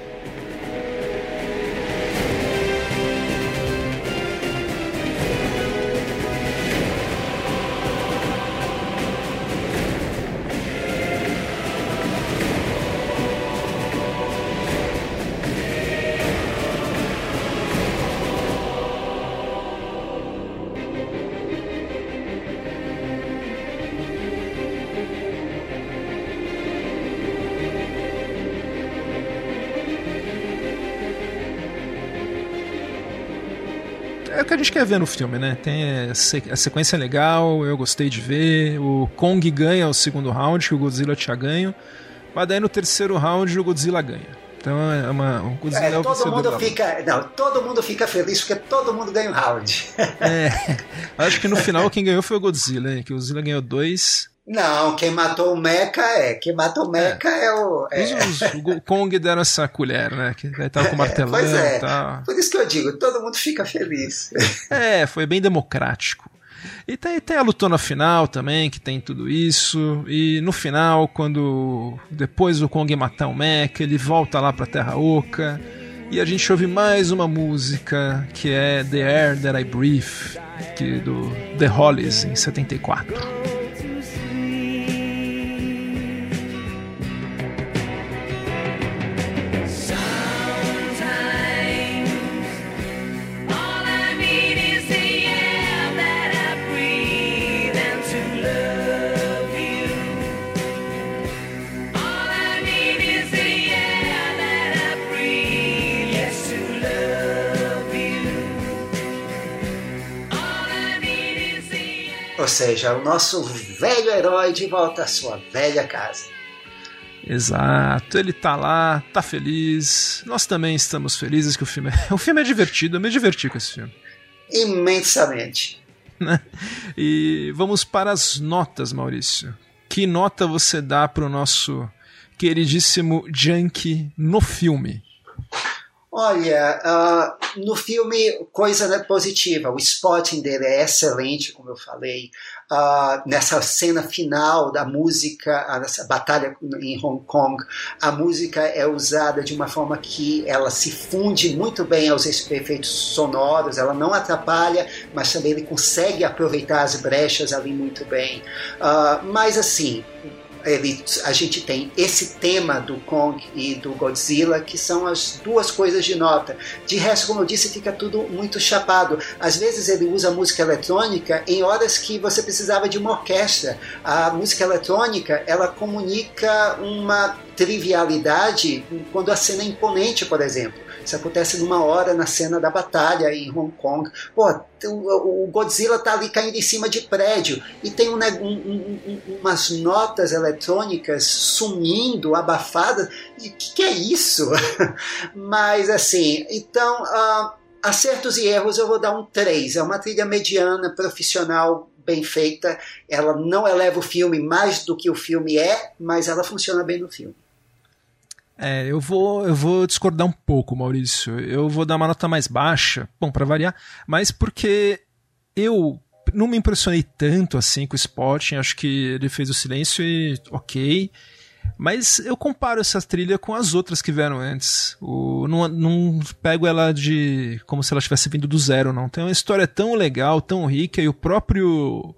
É o que a gente quer ver no filme, né? Tem a sequência legal, eu gostei de ver. O Kong ganha o segundo round, que o Godzilla tinha ganho. Mas daí no terceiro round o Godzilla ganha. Então o Godzilla é o vencedor. Todo mundo fica feliz porque todo mundo ganha um round. Acho que no final quem ganhou foi o Godzilla, hein? Que o Godzilla ganhou 2. Não, quem matou o Mecha Quem matou o Mecha O Kong deram essa colher, né? Que tava com o martelão e tal. Por isso que eu digo, todo mundo fica feliz. Foi bem democrático. E tem a lutona final também, que tem tudo isso. E no final, quando depois o Kong matar o Mecha, ele volta lá pra Terra Oca. E a gente ouve mais uma música, que é The Air That I Breathe, do The Hollies, em 74. Ou seja, o nosso velho herói de volta à sua velha casa. Exato, ele tá lá, tá feliz. Nós também estamos felizes que o filme é divertido, eu me diverti com esse filme. Imensamente. E vamos para as notas, Maurício. Que nota você dá pro nosso queridíssimo Junkie no filme? Olha, no filme, coisa positiva. O spotting dele é excelente, como eu falei. Nessa cena final da música, nessa batalha em Hong Kong, a música é usada de uma forma que ela se funde muito bem aos efeitos sonoros, ela não atrapalha, mas também ele consegue aproveitar as brechas ali muito bem. Mas assim, a gente tem esse tema do Kong e do Godzilla, que são as duas coisas de nota. De resto, como eu disse, fica tudo muito chapado. Às vezes ele usa música eletrônica em horas que você precisava de uma orquestra. A música eletrônica, ela comunica uma trivialidade quando a cena é imponente, por exemplo. Isso acontece numa hora na cena da batalha em Hong Kong. O Godzilla tá ali caindo em cima de prédio e tem umas notas eletrônicas sumindo, abafadas. E o que é isso? Mas assim, então, acertos e erros eu vou dar um 3. É uma trilha mediana, profissional, bem feita. Ela não eleva o filme mais do que o filme é, mas ela funciona bem no filme. Eu vou discordar um pouco, Maurício. Eu vou dar uma nota mais baixa, bom, pra variar, mas porque eu não me impressionei tanto assim com o Spotting, acho que ele fez o silêncio e ok, mas eu comparo essa trilha com as outras que vieram antes. Não pego ela como se ela tivesse vindo do zero, não. Tem uma história tão legal, tão rica, e o próprio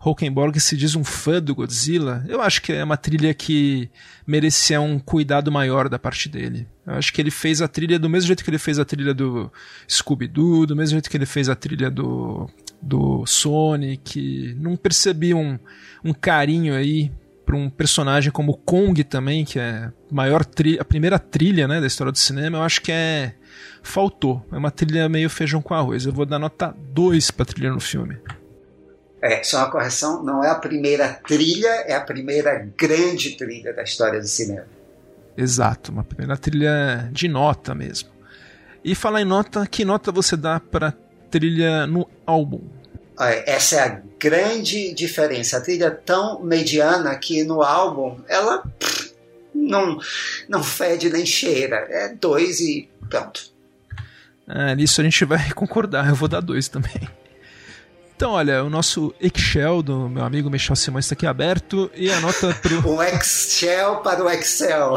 Hockenborg se diz um fã do Godzilla, eu acho que é uma trilha que merecia um cuidado maior da parte dele. Eu acho que ele fez a trilha do mesmo jeito que ele fez a trilha do Scooby-Doo, do mesmo jeito que ele fez a trilha do Sonic. Não percebi um carinho aí para um personagem como Kong também, que é a primeira trilha, né, da história do cinema. Eu acho que faltou. É uma trilha meio feijão com arroz. Eu vou dar nota 2 para a trilha no filme. Só uma correção, não é a primeira trilha, é a primeira grande trilha da história do cinema. Exato, uma primeira trilha de nota mesmo. E falar em nota, que nota você dá para trilha no álbum? Essa é a grande diferença. A trilha é tão mediana que no álbum ela não fede nem cheira. É 2 e pronto. Nisso a gente vai concordar, eu vou dar 2 também. Então, olha, o nosso Excel do meu amigo Michel Simões está aqui aberto e a nota pro... O Excel para o Excel.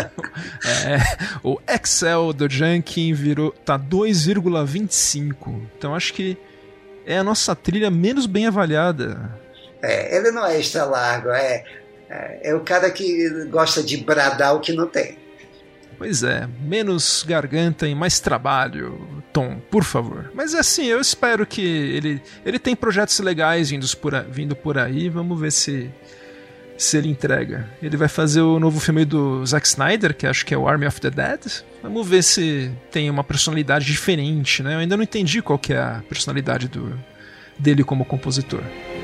O Excel do Junkin tá 2,25. Então acho que é a nossa trilha menos bem avaliada. Ele não é extra largo, é o cara que gosta de bradar o que não tem. Pois é, menos garganta e mais trabalho, Tom, por favor. Mas assim, eu espero que ele tem projetos legais vindo por aí, vamos ver se ele entrega. Ele vai fazer o novo filme do Zack Snyder, que acho que é o Army of the Dead. Vamos ver se tem uma personalidade diferente, né? Eu ainda não entendi qual que é a personalidade dele como compositor.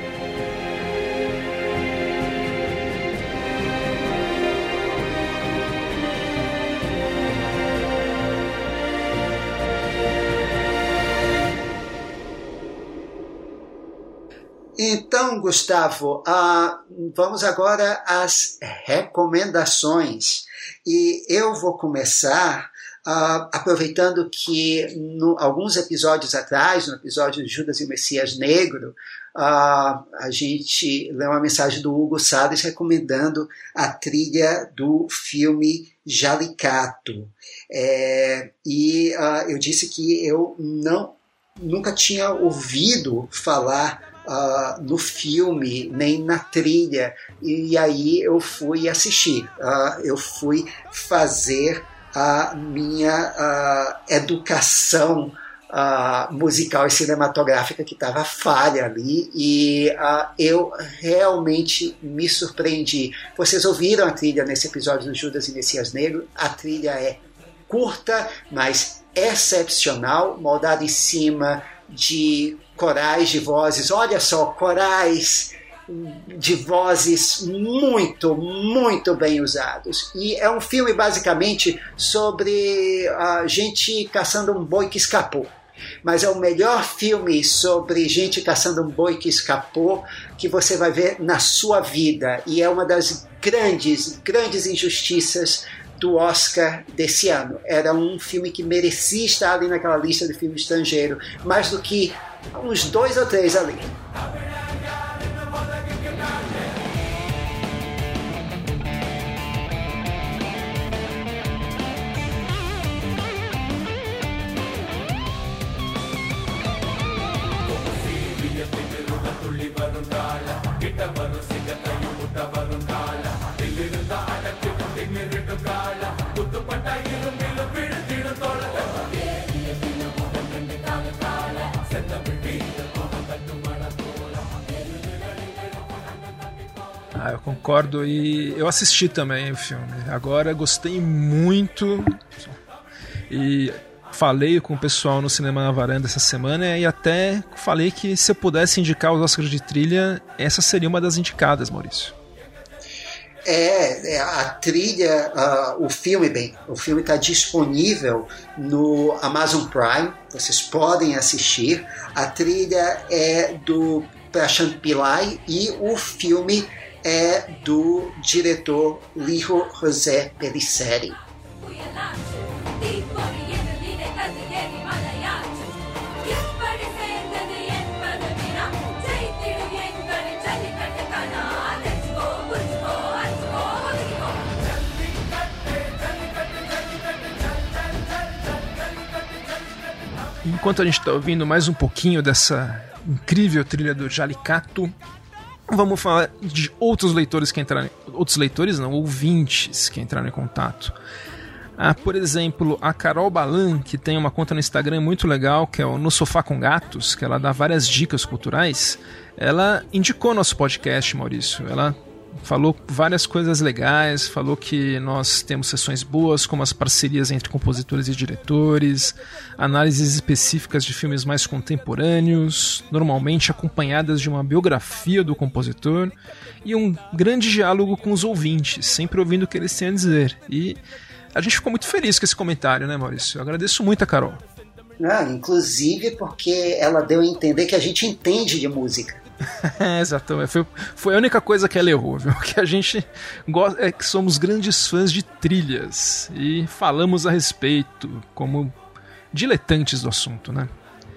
Então, Gustavo, vamos agora às recomendações. E eu vou começar aproveitando que alguns episódios atrás, no episódio de Judas e o Messias Negro, a gente leu uma mensagem do Hugo Salles recomendando a trilha do filme Jalicato. E eu disse que eu nunca tinha ouvido falar no filme, nem na trilha, e aí eu fui assistir, eu fui fazer a minha educação musical e cinematográfica que estava falha ali, e eu realmente me surpreendi. Vocês ouviram a trilha nesse episódio do Judas e Messias Negro? A trilha é curta, mas excepcional, moldada em cima de corais de vozes, olha só, corais de vozes muito, muito bem usados. E é um filme basicamente sobre gente caçando um boi que escapou. Mas é o melhor filme sobre gente caçando um boi que escapou que você vai ver na sua vida. E é uma das grandes, grandes injustiças do Oscar desse ano. Era um filme que merecia estar ali naquela lista de filme estrangeiro, mais do que uns 2 ou 3 ali. Eu concordo, e eu assisti também o filme. Agora gostei muito e falei com o pessoal no Cinema na Varanda essa semana e até falei que se eu pudesse indicar os Oscars de trilha, essa seria uma das indicadas, Maurício. A trilha, o filme está disponível no Amazon Prime, vocês podem assistir. A trilha é do Prashant Pillai e o filme é do diretor Liho José Pellicer. Enquanto a gente está ouvindo mais um pouquinho dessa incrível trilha do Jalicato, Vamos falar de outros leitores que entraram... Outros leitores não, ouvintes que entraram em contato. Por exemplo, a Carol Balan, que tem uma conta no Instagram muito legal, que é o No Sofá com Gatos, que ela dá várias dicas culturais. Ela indicou nosso podcast, Maurício. Ela falou várias coisas legais, falou que nós temos sessões boas, como as parcerias entre compositores e diretores, análises específicas de filmes mais contemporâneos, normalmente acompanhadas de uma biografia do compositor, e um grande diálogo com os ouvintes, sempre ouvindo o que eles têm a dizer. E a gente ficou muito feliz com esse comentário, né, Maurício? Eu agradeço muito a Carol. Inclusive porque ela deu a entender que a gente entende de música. Exatamente. Foi a única coisa que ela errou, viu? Que a gente gosta, é que somos grandes fãs de trilhas e falamos a respeito como diletantes do assunto, né?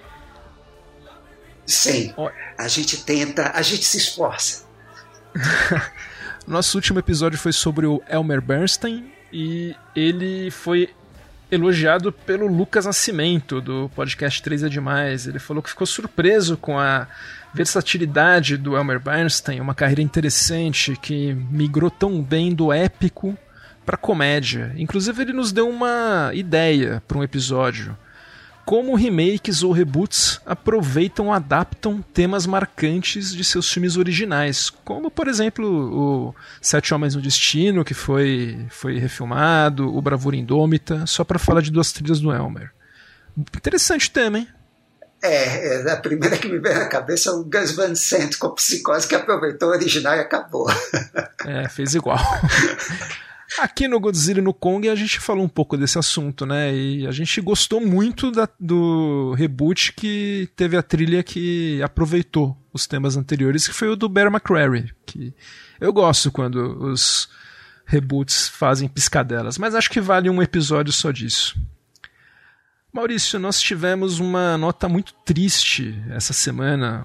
Sim, a gente tenta, a gente se esforça. Nosso último episódio foi sobre o Elmer Bernstein e ele foi elogiado pelo Lucas Nascimento, do podcast 3 é Demais. Ele falou que ficou surpreso com a versatilidade do Elmer Bernstein, uma carreira interessante que migrou tão bem do épico para comédia. Inclusive ele nos deu uma ideia para um episódio: como remakes ou reboots aproveitam ou adaptam temas marcantes de seus filmes originais, como por exemplo o Sete Homens no Destino, que foi refilmado, o Bravura Indômita, só para falar de duas trilhas do Elmer. Interessante o tema, hein? A primeira que me veio na cabeça é o Gus Van Sant com Psicose, que aproveitou o original e acabou. Fez igual. Aqui no Godzilla e no Kong a gente falou um pouco desse assunto, né? E a gente gostou muito do reboot que teve a trilha que aproveitou os temas anteriores, que foi o do Bear McCreary, que eu gosto quando os reboots fazem piscadelas, mas acho que vale um episódio só disso. Maurício, nós tivemos uma nota muito triste essa semana.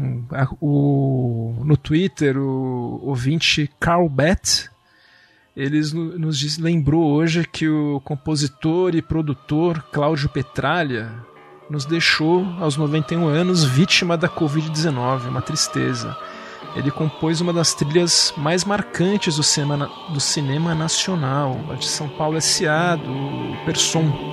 No Twitter, o ouvinte Carl Bett, ele nos lembrou hoje que o compositor e produtor Cláudio Petralha nos deixou aos 91 anos vítima da Covid-19, uma tristeza. Ele compôs uma das trilhas mais marcantes do cinema nacional, a de São Paulo S.A., do Persson.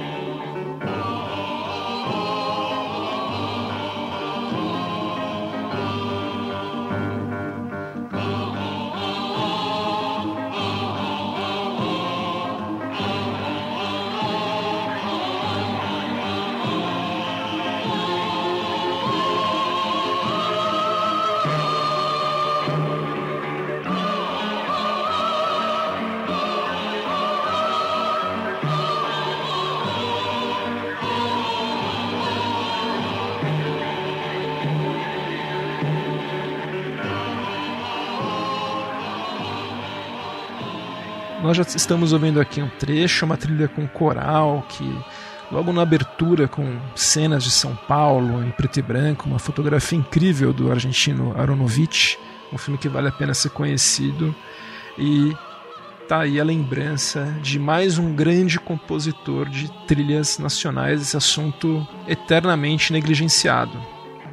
Nós já estamos ouvindo aqui um trecho, uma trilha com coral, que logo na abertura, com cenas de São Paulo em preto e branco, uma fotografia incrível do argentino Aronovich, um filme que vale a pena ser conhecido, e tá aí a lembrança de mais um grande compositor de trilhas nacionais, esse assunto eternamente negligenciado.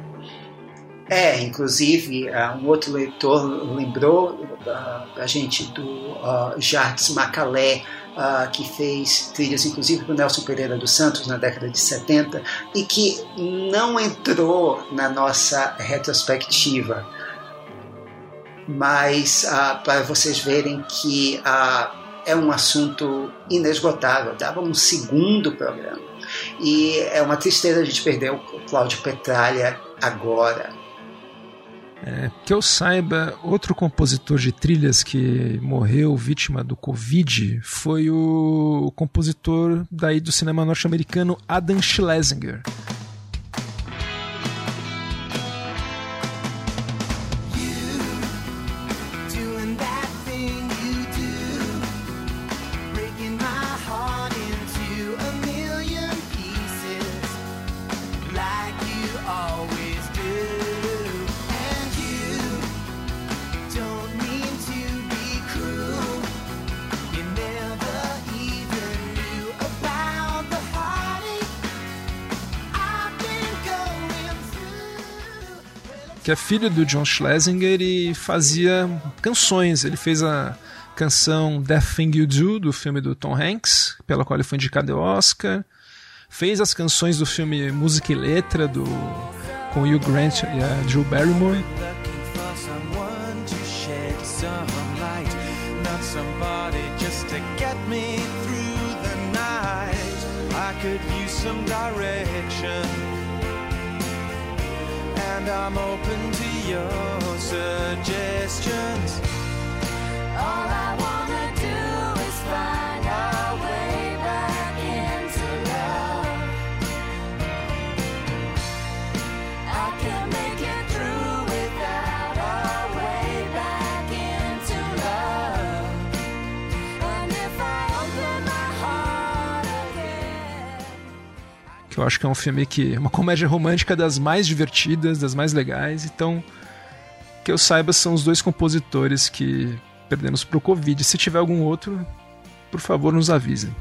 Inclusive, um outro leitor lembrou a gente do Jardim Macalé, que fez trilhas, inclusive, para o Nelson Pereira dos Santos na década de 70, e que não entrou na nossa retrospectiva. Mas, para vocês verem que é um assunto inesgotável, dava um segundo programa. E é uma tristeza a gente perder o Cláudio Petralha agora. Que eu saiba, outro compositor de trilhas que morreu vítima do Covid foi o compositor daí do cinema norte-americano Adam Schlesinger. que é filho do John Schlesinger e fazia canções. Ele fez a canção That Thing You Do, do filme do Tom Hanks, pela qual ele foi indicado ao Oscar. Fez as canções do filme Música e Letra, com Hugh Grant e a Drew Barrymore. And I'm open to your suggestions. All I wanna do is find our way back into love. I can make it through without our way back into love. And if I open my heart again. Que eu acho que é um filme uma comédia romântica das mais divertidas, das mais legais. Então, que eu saiba, são os 2 compositores que perdemos pro Covid. Se tiver algum outro, por favor, nos avisem.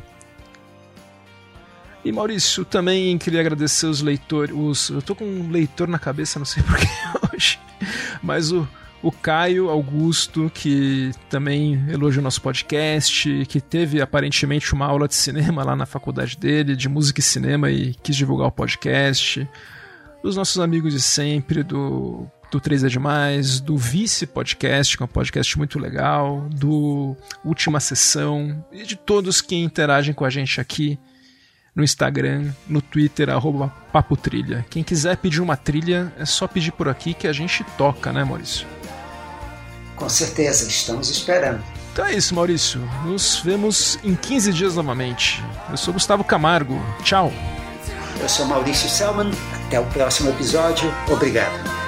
E Maurício, também queria agradecer os leitores. Eu tô com um leitor na cabeça, não sei porquê hoje. Mas o Caio Augusto, que também elogiou nosso podcast, que teve aparentemente uma aula de cinema lá na faculdade dele, de música e cinema, e quis divulgar o podcast. Os nossos amigos de sempre, do 3 é Demais, do Vice Podcast, que é um podcast muito legal, do Última Sessão, e de todos que interagem com a gente aqui no Instagram, no Twitter, @papotrilha. Quem quiser pedir uma trilha, é só pedir por aqui que a gente toca, né, Maurício? Com certeza, estamos esperando. Então é isso, Maurício. Nos vemos em 15 dias novamente. Eu sou Gustavo Camargo. Tchau. Eu sou Maurício Selman. Até o próximo episódio. Obrigado.